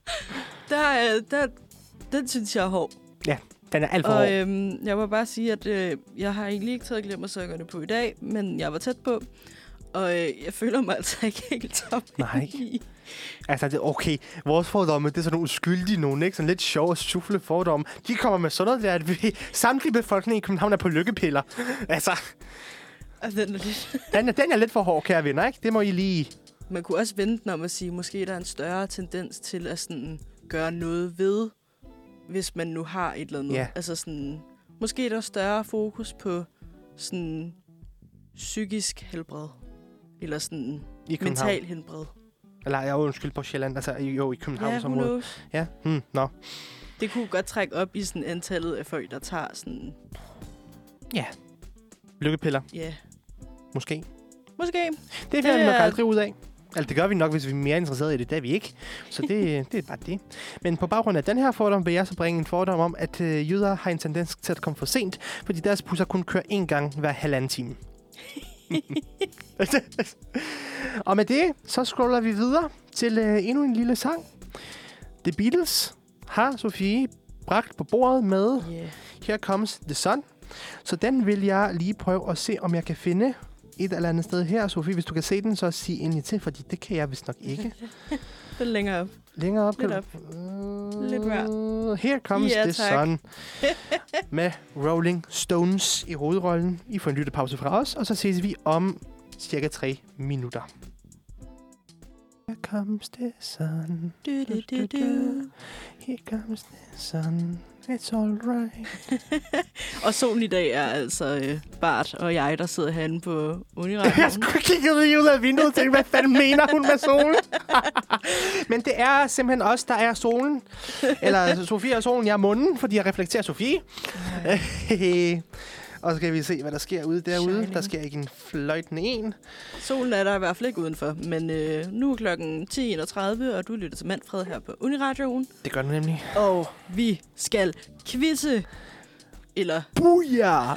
Den synes jeg er hård. Ja, den er alt for hård. Jeg må bare sige, at jeg har egentlig ikke taget glimmersokkerne på i dag, men jeg var tæt på. Og jeg føler mig altså ikke helt tom. Nej. Altså, det er okay. Vores fordomme, det er sådan nogle uskyldige nogen, ikke? Sådan lidt sjove og sufle fordomme. De kommer med sådan noget der, at vi samtlige befolkning i København er på lykkepiller. Altså. Den er lidt for hård, kære venner, ikke? Det må I lige... Man kunne også vente den om at sige, måske der er en større tendens til at sådan gøre noget ved, hvis man nu har et eller andet. Ja. Altså sådan, måske er der større fokus på sådan psykisk helbred. Eller sådan mental helbred. Eller jeg undskyld på Sjælland, altså jo i Københavns område. Ja, nå. Det kunne godt trække op i sådan antallet af folk, der tager sådan... Ja. Lykkepiller. Ja. Måske. Det finder vi nok aldrig ud af. Altså, det gør vi nok, hvis vi er mere interesserede i det. Det er vi ikke. Så det er bare det. Men på baggrund af den her fordom, vil jeg så bringe en fordom om, at jøder har en tendens til at komme for sent, fordi deres busser kun kører 1 gang hver halvanden time. Og med det, så scroller vi videre til endnu en lille sang. The Beatles har Sofie bragt på bordet med Here Comes the Sun. Så den vil jeg lige prøve at se, om jeg kan finde et eller andet sted her. Sofie, hvis du kan se den, så sig endelig til, fordi det kan jeg vist nok ikke. Den længere op. Længere op? Lidt op. Lidt mere. med Here Comes the Sun. Med Rolling Stones i hovedrollen. I får en lyttepause fra os, og så ses vi om cirka 3 minutter. Here comes the sun. Here comes the sun. It's all right. Og solen i dag er altså Bart og jeg, der sidder herinde på Uniradioen. Jeg skulle kigge lige ud af vinduet og tænke, hvad fanden mener hun med solen? Men det er simpelthen os, der er solen. Eller Sofie er solen, jeg er munden, fordi jeg reflekterer Sofie. Og så skal vi se, hvad der sker ude derude. Shining. Der sker ikke en fløjtende en. Solen er der i hvert fald ikke udenfor. Men nu er klokken 10:31, og du lytter til Manfred her på Uniradioen. Det gør du nemlig. Og vi skal quizze. Eller... Booyah!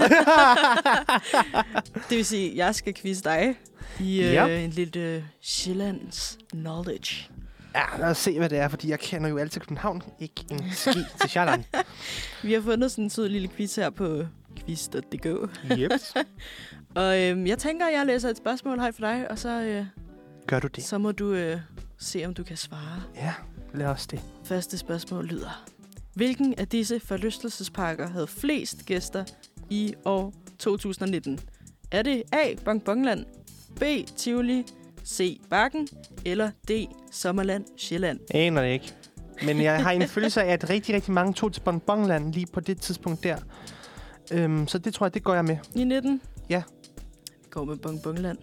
Det vil sige, at jeg skal quizze dig i en lidt Sjællands knowledge. Ja, lad os se, hvad det er, fordi jeg kender jo altid København. Ikke en ski til Sjælland. Vi har fundet sådan en sød lille quiz her på quiz.dk. Yep. Og jeg tænker, at jeg læser et spørgsmål her for dig, og så... Gør du det? Så må du se, om du kan svare. Ja, lad os det. Første spørgsmål lyder: hvilken af disse forlystelsesparker havde flest gæster i år 2019? Er det A. Bonbonland, B. Tivoli, C. Bakken eller D. Sommerland Sjælland? Jeg aner det ikke. Men jeg har en følelse af, at rigtig, rigtig mange tog til Bonbonland lige på det tidspunkt der. Så det tror jeg, det går jeg med. I 19? Ja. Vi går med Bonbonland.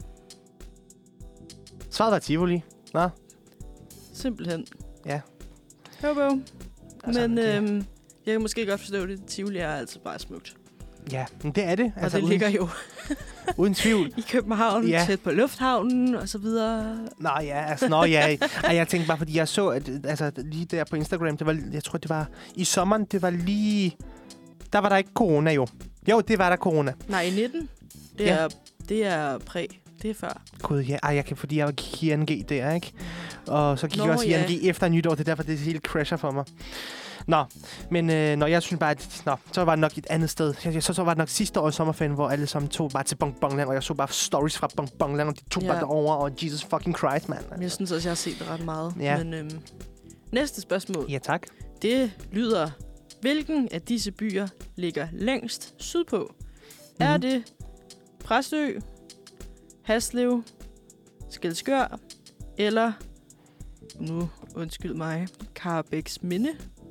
Svaret var Tivoli. Nå. Simpelthen. Ja. Jo. Altså, men jeg kan måske godt forstå det. Tivoli er altså bare smukt. Ja, men det er det. Og altså, det ligger jo uden tvivl i København, tæt på lufthavnen og så videre. Jeg tænkte bare, fordi jeg så, at altså, lige der på Instagram, det var, jeg tror, det var i sommeren, det var lige... Der var der ikke corona, jo. Jo, det var der corona. Nej, i 19. Det er det er før. Gud, ja. Fordi jeg gik i NG der, ikke? Og så gik jeg også i NG efter nytår. Det er derfor, det helt crasher for mig. Nå, men jeg synes bare, at så var det nok et andet sted. Så var det nok sidste år i sommerferien, hvor alle sammen tog bare til Bonbonland, og jeg så bare stories fra Bonbonland, og de tog bare derover, og Jesus fucking Christ, mand. Jeg synes også, jeg har set det ret meget. Ja. Men næste spørgsmål. Ja, tak. Det lyder: hvilken af disse byer ligger længst sydpå? Er det Præstø, Haslev, Skælskør eller, nu undskyld mig, Karrebæksminde?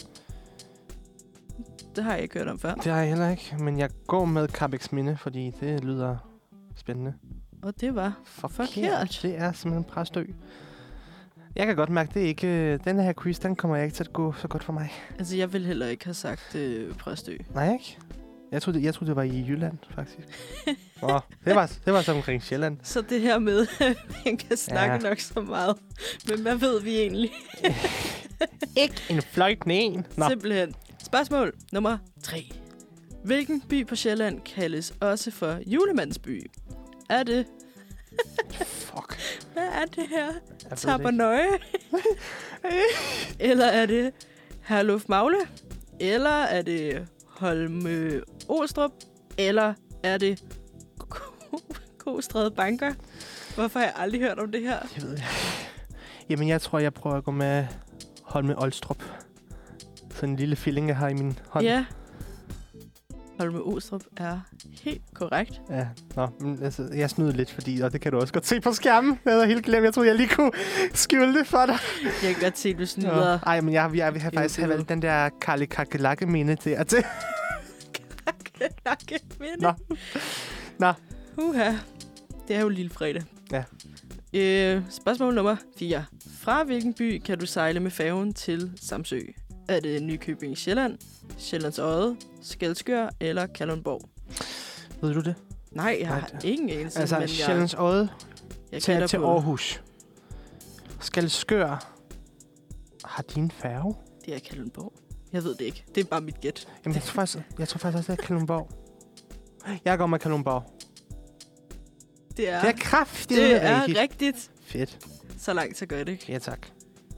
Det har jeg ikke hørt om før. Det har jeg heller ikke, men jeg går med Karrebæksminde, fordi det lyder spændende. Og det var forkert. Det er simpelthen Præstø. Jeg kan godt mærke, det er ikke... Den her quiz, den kommer jeg ikke til at gå så godt for mig. Altså, jeg vil heller ikke have sagt Præstø. Nej, ikke? Jeg troede, det var i Jylland, faktisk. Det var så omkring Sjælland. Så det her med, man kan snakke nok så meget. Men hvad ved vi egentlig? Ikke en fløjtende en. Nå. Simpelthen. Spørgsmål nummer 3. Hvilken by på Sjælland kaldes også for julemandsby? Er det... Fuck. Hvad er det her? Tabernøje? Eller er det Herluf Magle? Eller er det Holme Åstrup? Eller er det Kostræde Banker? Hvorfor har jeg aldrig hørt om det her? Jeg ved det. Jamen, jeg tror, jeg prøver at gå med Holme Olstrup. Sådan en lille filling, jeg har i min hånd. Ja. Holme Åstrup er helt korrekt. Ja, men altså, jeg snyder lidt, og det kan du også godt se på skærmen. Jeg havde helt glemt. Jeg troede, jeg lige kunne skjule det for dig. Jeg kan godt se, at du snyder. Ej, men jeg vil faktisk have valgt den der Karle Kakkelakke-minde der til. Kakkelakke-minde? Nå. Det er jo lille fredag. Ja. Spørgsmål nummer 4. Fra hvilken by kan du sejle med færgen til Samsø? Er det Nykøbing Sjælland, Sjællands Odde, Skælskør eller Kalundborg? Ved du det? Nej, jeg har ingen anelse. Altså, Sjællands Odde til Aarhus. Skælskør. Har din færge? Det er Kalundborg. Jeg ved det ikke. Det er bare mit gæt. Jamen, jeg tror faktisk også, det er Kalundborg. Jeg går med Kalundborg. Det er kraftigt. Det er rigtigt. Fedt. Så langt, så godt, ikke? Ja, tak.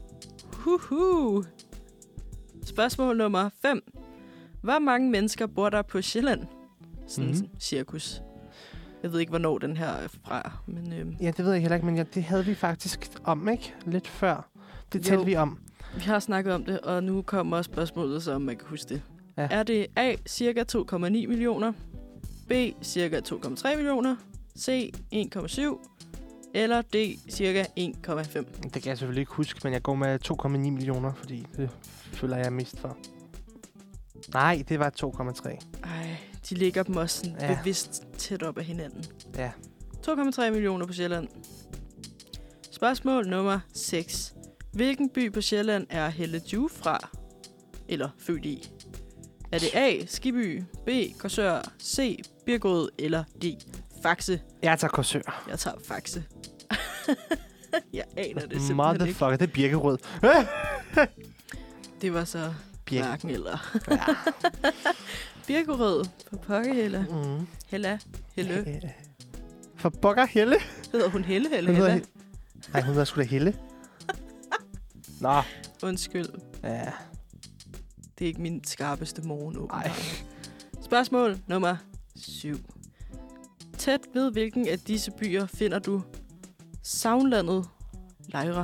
Spørgsmål nummer 5. Hvor mange mennesker bor der på Sjælland? Sådan cirkus. Jeg ved ikke, hvornår den her er fra. Men, Ja, det ved jeg heller ikke, men det havde vi faktisk om, ikke? Lidt før. Det talte vi om. Vi har snakket om det, og nu kommer spørgsmålet, så om man kan huske det. Ja. Er det A, cirka 2,9 millioner, B, cirka 2,3 millioner, C, 1,7, eller D, cirka 1,5? Det kan jeg selvfølgelig ikke huske, men jeg går med 2,9 millioner, fordi det føler jeg mest for. Nej, det var 2,3. Ej, de ligger dem også sådan bevidst tæt op af hinanden. Ja. 2,3 millioner på Sjælland. Spørgsmål nummer 6. Hvilken by på Sjælland er Helle Juf fra? Eller født i? Er det A, Skibby, B, Korsør, C, Birkerød eller D, Faxe? Jeg tager Korsør. Jeg tager Faxe. Jeg aner det simpelthen Motherfucker, ikke. det er Birkerød. Det var så Marken eller... Ja. Birkerød for pokker Helle. Mm. Helle. For pokker Helle? Hedder hun Helle eller Helle? Nej, hun hedder sgu da Helle. Nå. Undskyld. Ja. Det er ikke min skarpeste morgen. Nej. Spørgsmål nummer 7. Tæt ved hvilken af disse byer finder du Sagnlandet Lejre?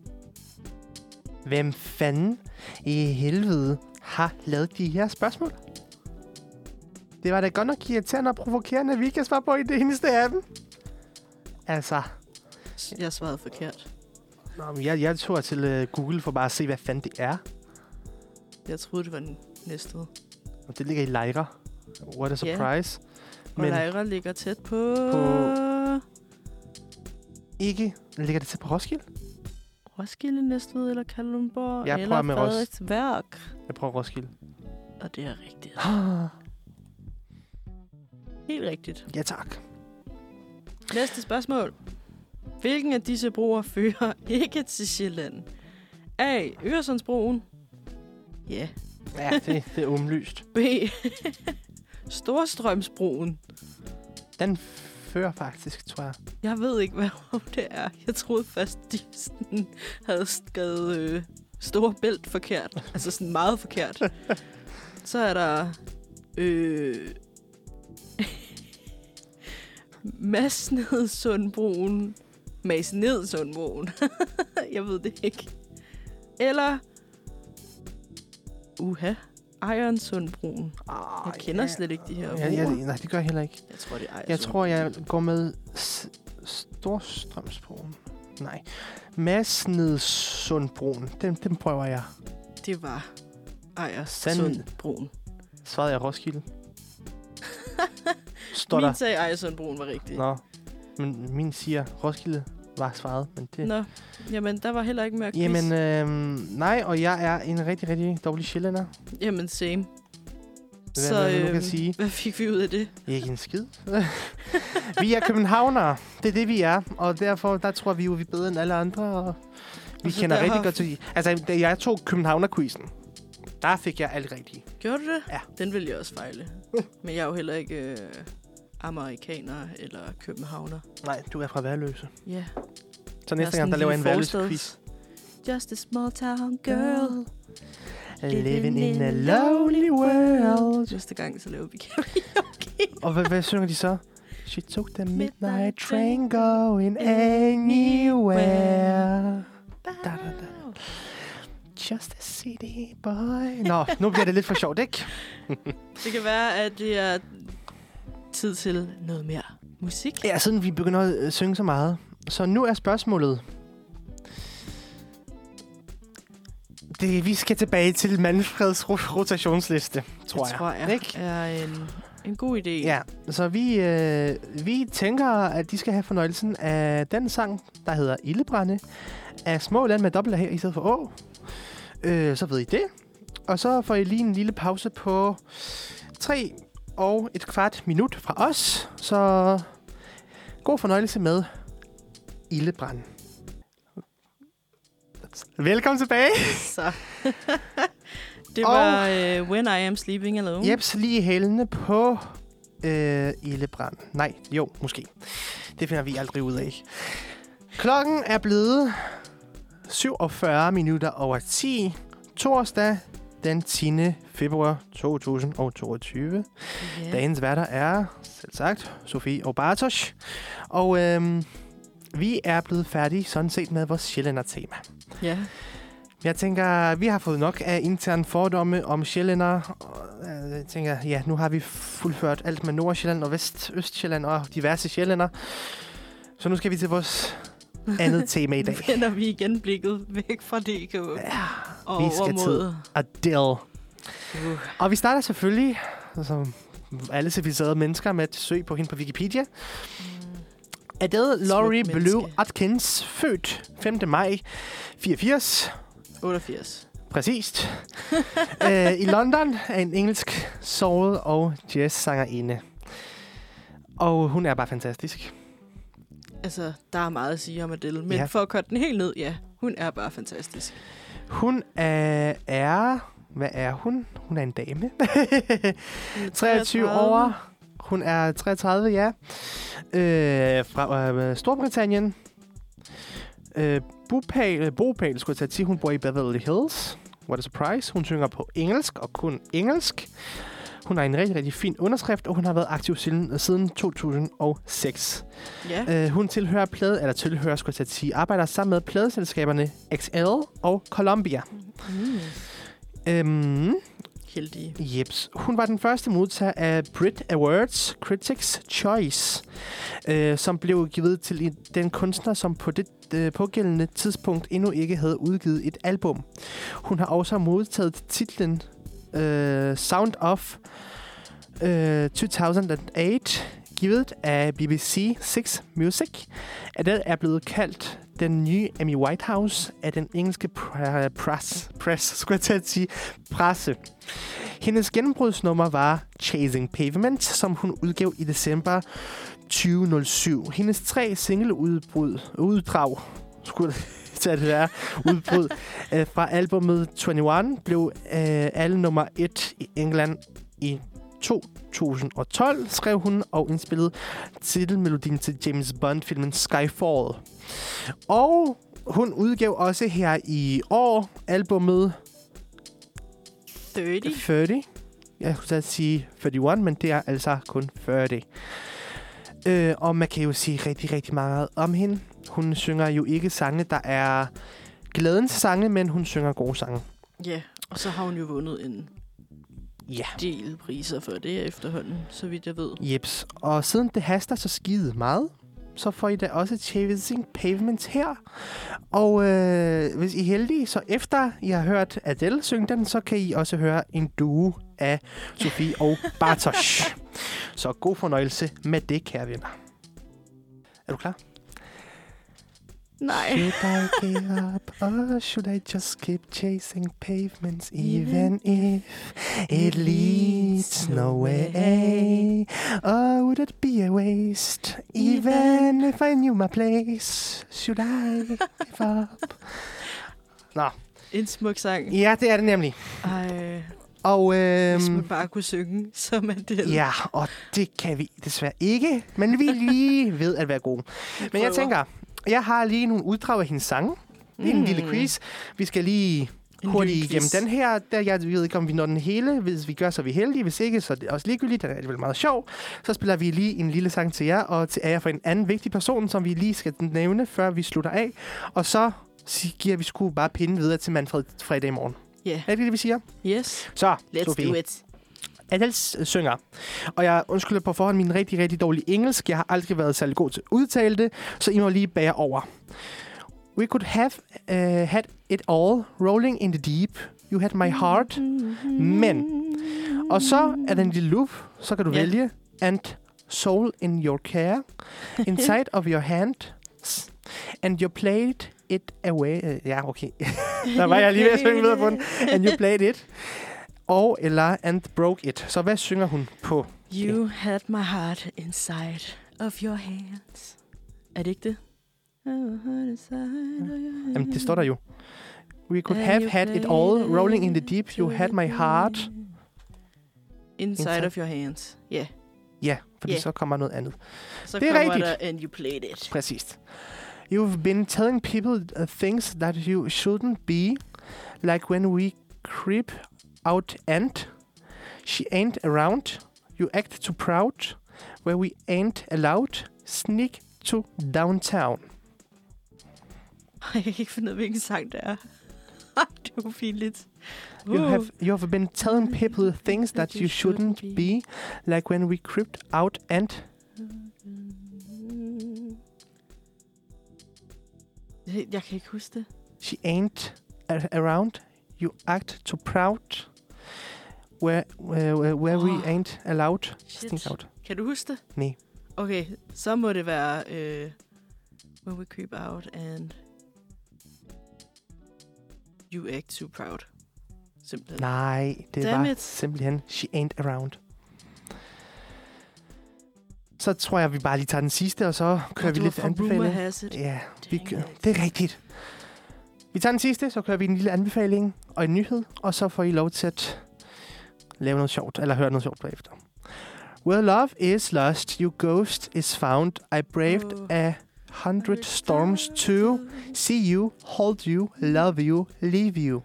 Hvem fanden i helvede har lavet de her spørgsmål? Det var da godt nok irriterende og provokerende, at vi ikke kan svare på i det eneste af dem. Altså. Jeg svarede forkert. Nå, men jeg tog til Google for bare at se, hvad fanden det er. Jeg troede, det var den næste. Og det ligger i Lejre. What a surprise. Og Lejre ligger tæt på... Ikke. Ligger det tæt på Roskilde? Roskilde, Næstved eller Kalundborg? Jeg prøver med Frederiksværk. Jeg prøver Roskilde. Og det er rigtigt. Helt rigtigt. Ja, tak. Næste spørgsmål. Hvilken af disse broer fører ikke til Sjælland? A. Øresundsbroen. Ja. Ja, det er åbenlyst. B. Storstrømsbroen. Den fører faktisk, tror jeg. Jeg ved ikke, hvad det er. Jeg troede først, de sådan havde skrevet Store Bælt forkert. Altså sådan meget forkert. Så er der... Masnedsundbroen. Masnedsundbroen. Jeg ved det ikke. Eller... Ejrensundbroen. Jeg kender slet ikke de her broer. Nej, det gør jeg heller ikke. Jeg tror, det er Jeg tror, jeg går med Storstrømsbroen. Nej. Masnedsundbroen. Den prøver jeg. Det var Ejrensundbroen. Svarede jeg Roskilde? Min sagde Ejrensundbroen var rigtig. Nå, men min siger Roskilde var svaret. Men det... Nå, jamen der var heller ikke mere quiz. Jamen, nej, og jeg er en rigtig, rigtig dårlig sjællænder. Jamen, same. Hvad nu kan sige. Hvad fik vi ud af det? Ikke en skid. Vi er københavnere. Det er det, vi er. Og derfor, der tror vi jo, vi er bedre end alle andre. Og vi kender rigtig godt til... Altså, da jeg tog Københavner-quizzen, der fik jeg alt rigtigt. Gjorde du det? Ja. Den ville jeg også fejle. Men jeg er jo heller ikke amerikaner eller københavner. Nej, du er fra Værløse. Ja. Yeah. Så næste gang, der laver jeg en Værløse-quiz. Just a small town girl. Living in a lonely world. Næste gang, så laver vi karaoke. Og hvad synger de så? She took the midnight train going anywhere. Da, da, da. Just a city boy. Nå, nu bliver det lidt for sjovt, ikke? Det kan være, at det er tid til noget mere musik. Ja, siden vi begynder at synge så meget. Så nu er spørgsmålet. Vi skal tilbage til Manfreds rotationsliste, tror jeg. Det tror jeg ikke? Er en god idé. Ja, så vi tænker, at de skal have fornøjelsen af den sang, der hedder Ildebrænde, af Små Land med dobbelt A i stedet for Å. Så ved I det. Og så får I lige en lille pause på 3,25 minutter fra os. Så god fornøjelse med Ildebrænde. Velkommen tilbage. Så. Det var When I Am Sleeping Alone. Jeps, lige hælende på Ildebrand. Nej, jo, måske. Det finder vi aldrig ud af. Klokken er blevet 47 minutter over 10. Torsdag den 10. februar 2022. Yeah. Dagens værter er, selv sagt, Sofie og Bartosz. Og vi er blevet færdige sådan set med vores sjællænder tema. Ja. Jeg tænker, vi har fået nok af interne fordomme om sjællænder. Jeg tænker, ja, nu har vi fuldført alt med Nordsjælland og Østsjælland og diverse sjællænder. Så nu skal vi til vores andet tema i dag. Nu vender vi igen blikket væk fra DK. Ja, og vi skal til Adele. Og vi starter selvfølgelig, som alle civiliserede mennesker, med at søge på hende på Wikipedia. Adele Laurie Blue Atkins, født 5. maj 84. 88. Præcist. I London er en engelsk soul- og jazz-sangerinde. Og hun er bare fantastisk. Altså, der er meget at sige om Adele, men for at korte den helt ned, ja, hun er bare fantastisk. Hun er... Hvad er hun? Hun er en dame. 23 år. Hun er 33, ja. Fra Storbritannien. Bopæl, skulle jeg sige. Hun bor i Beverly Hills. What a surprise. Hun synger på engelsk, og kun engelsk. Hun har en rigtig, rigtig fin underskrift, og hun har været aktiv siden 2006. Yeah. Hun arbejder sammen med pladeselskaberne XL og Columbia. Heldig. Jeps. Hun var den første modtager af Brit Awards Critics' Choice, som blev givet til den kunstner, som på det pågældende tidspunkt endnu ikke havde udgivet et album. Hun har også modtaget titlen Sound of 2008, givet af BBC Six Music. Adele er blevet kaldt den nye Amy Whitehouse af den engelske presse. Hendes gennembrudsnummer var Chasing Pavement, som hun udgav i december 2007. Hendes 3 singleuddrag fra albumet 21 blev alle nummer 1 i England i 2012, skrev hun og indspillede titelmelodien til James Bond-filmen Skyfall. Og hun udgav også her i år albumet 30. Jeg skulle sige 31, men det er altså kun 30. Og man kan jo sige rigtig, rigtig meget om hende. Hun synger jo ikke sange, der er glædens sange, men hun synger gode sange. Ja, og så har hun jo vundet en del priser for det efterhånden, så vidt jeg ved. Jeps. Og siden det haster så skide meget, så får I da også Chasing Pavement her. Og hvis I er heldige, så efter I har hørt Adele synge den, så kan I også høre en duo af Sofie og Bartosz. Så god fornøjelse med det, kære venner. Er du klar? Nej. Should I give up, or should I just keep chasing pavements, even if it leads no way? Or would it be a waste, even if I knew my place? Should I give up? Nå. En smuk sang. Ja, det er det nemlig. Og, hvis man bare kunne synge som Adele. Ja, og det kan vi desværre ikke, men vi lige ved at være gode. Men jeg tænker, jeg har lige nogle uddrag af hendes sange. Det er en lille quiz. Vi skal lige hurtigt igennem den her. Jeg ved ikke, om vi når den hele. Hvis vi gør, så er vi heldige. Hvis ikke, så er det også ligegyldigt. Det er vel meget sjovt. Så spiller vi lige en lille sang til jer, og til jer for en anden vigtig person, som vi lige skal nævne, før vi slutter af. Og så giver vi sgu bare pinden videre til Manfred fredag i morgen. Yeah. Er det, vi siger? Yes. Så, let's Sofie. Do it. Adele synger. Og jeg undskylder på forhånd min rigtig, rigtig dårlige engelsk. Jeg har aldrig været særlig god til at udtale det, så I må lige bære over. We could have had it all rolling in the deep. You had my heart. Men. Og så er der en lille loop. Så kan du vælge. And soul in your care. Inside of your hand. And you played it away. Ja, okay. Der var jeg lige ved at synge videre på den. And you played it. Og eller and broke it. Så hvad synger hun på? You had my heart inside of your hands. Er det ikke det? Jamen, det står der jo. We could have had it all rolling in the deep. You had my heart inside of your hands. Ja. Yeah. Ja, fordi så kommer noget andet. Så det er kommer rigtigt. der, and you played it. Præcis. You've been telling people things that you shouldn't be. Like when we creep out and she ain't around. You act too proud. Where we ain't allowed. Sneak to downtown. Jeg kan ikke finde ud af, hvilken sang det er. Pinligt. You have been telling people things that you shouldn't be, like when we creeped out and... Jeg kan ikke huske det. She ain't around. You act too proud. Where we ain't allowed. Sneak out. Kan du huske det? Nej. Okay, så må det være when we creep out and you act too proud. Simpelthen. Nej, det var simpelthen she ain't around. Så tror jeg, vi bare lige tager den sidste, og så kører vi lidt anbefaling. Ja, det er rigtigt. Vi tager den sidste, så kører vi en lille anbefaling og en nyhed, og så får I lov til at lave noget sjovt, eller høre noget sjovt bagefter. Where love is lost, you ghost is found. I braved 100 storms to see you, hold you, love you, leave you.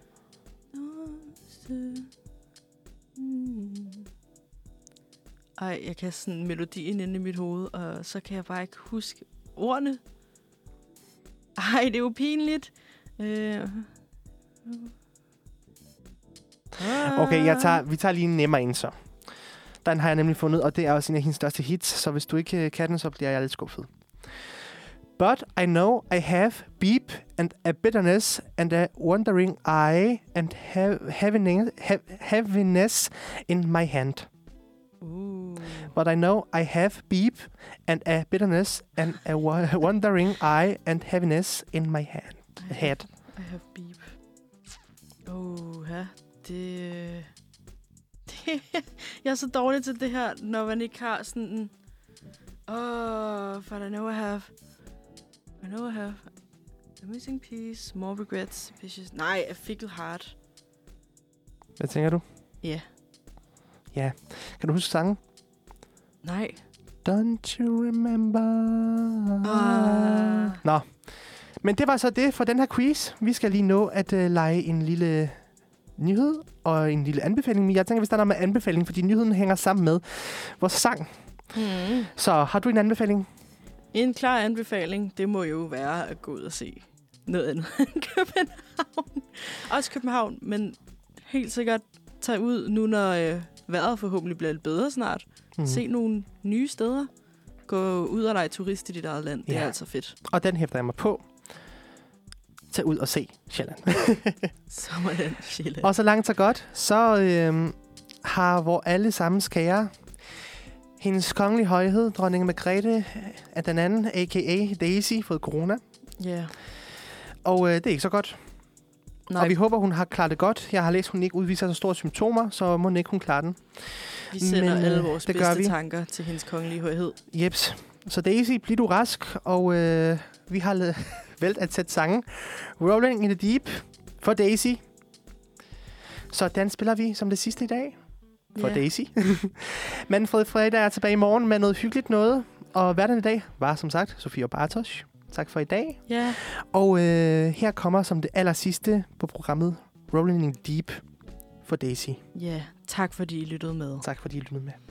Ej, jeg kan sådan melodien inde i mit hoved, og så kan jeg bare ikke huske ordene. Ej, det er jo pinligt. Okay, vi tager lige en nemmere en så. Den har jeg nemlig fundet, og det er også en af hendes største hits, så hvis du ikke kan den, så bliver jeg lidt skuffet. But I know I have beep and a bitterness and a wandering eye and heaviness in my hand. But I know I have beep and a bitterness and a wandering eye and heaviness in my head. I have beep. Ja, det... Jeg er så dårlig til det her, når man ikke har sådan... but I know I have a missing piece, more regrets, vicious... Nej, a fickle heart. Hvad tænker du? Ja. Ja. Kan du huske sangen? Nej. Don't you remember? Nå. Men det var så det for den her quiz. Vi skal lige nå at lege en lille nyhed og en lille anbefaling. Men jeg tænker, vi starter med anbefaling, fordi nyheden hænger sammen med vores sang. Så har du en anbefaling? En klar anbefaling, det må jo være at gå ud og se noget andet end København. Også København, men helt sikkert tage ud nu, når vejret forhåbentlig bliver lidt bedre snart. Se nogle nye steder. Gå ud og lege turist i dit eget land. Det er altså fedt. Og den hæfter jeg mig på. Tag ud og se Sjælland. Sommerland, Sjælland. Og så langt så godt, så har hvor alle sammen skære hendes kongelige højhed, dronning Margrethe af den anden, a.k.a. Daisy, fået corona. Ja. Yeah. Og det er ikke så godt. Nej. Og vi håber, hun har klaret det godt. Jeg har læst, hun ikke udviser så store symptomer, så må ikke hun klare den. Vi sender alle vores bedste tanker til hendes kongelige højhed. Jeps. Så Daisy, bliv du rask, og vi har valgt at sætte sangen Rolling in the Deep for Daisy. Så den spiller vi som det sidste i dag for Daisy. Manfred Fredag er tilbage i morgen med noget hyggeligt noget. Og hverdagen i dag var som sagt Sofie Bartosz. Tak for i dag. Ja. Og her kommer som det aller sidste på programmet Rolling in the Deep for Daisy. Ja, tak fordi I lyttede med. Tak fordi I lyttede med.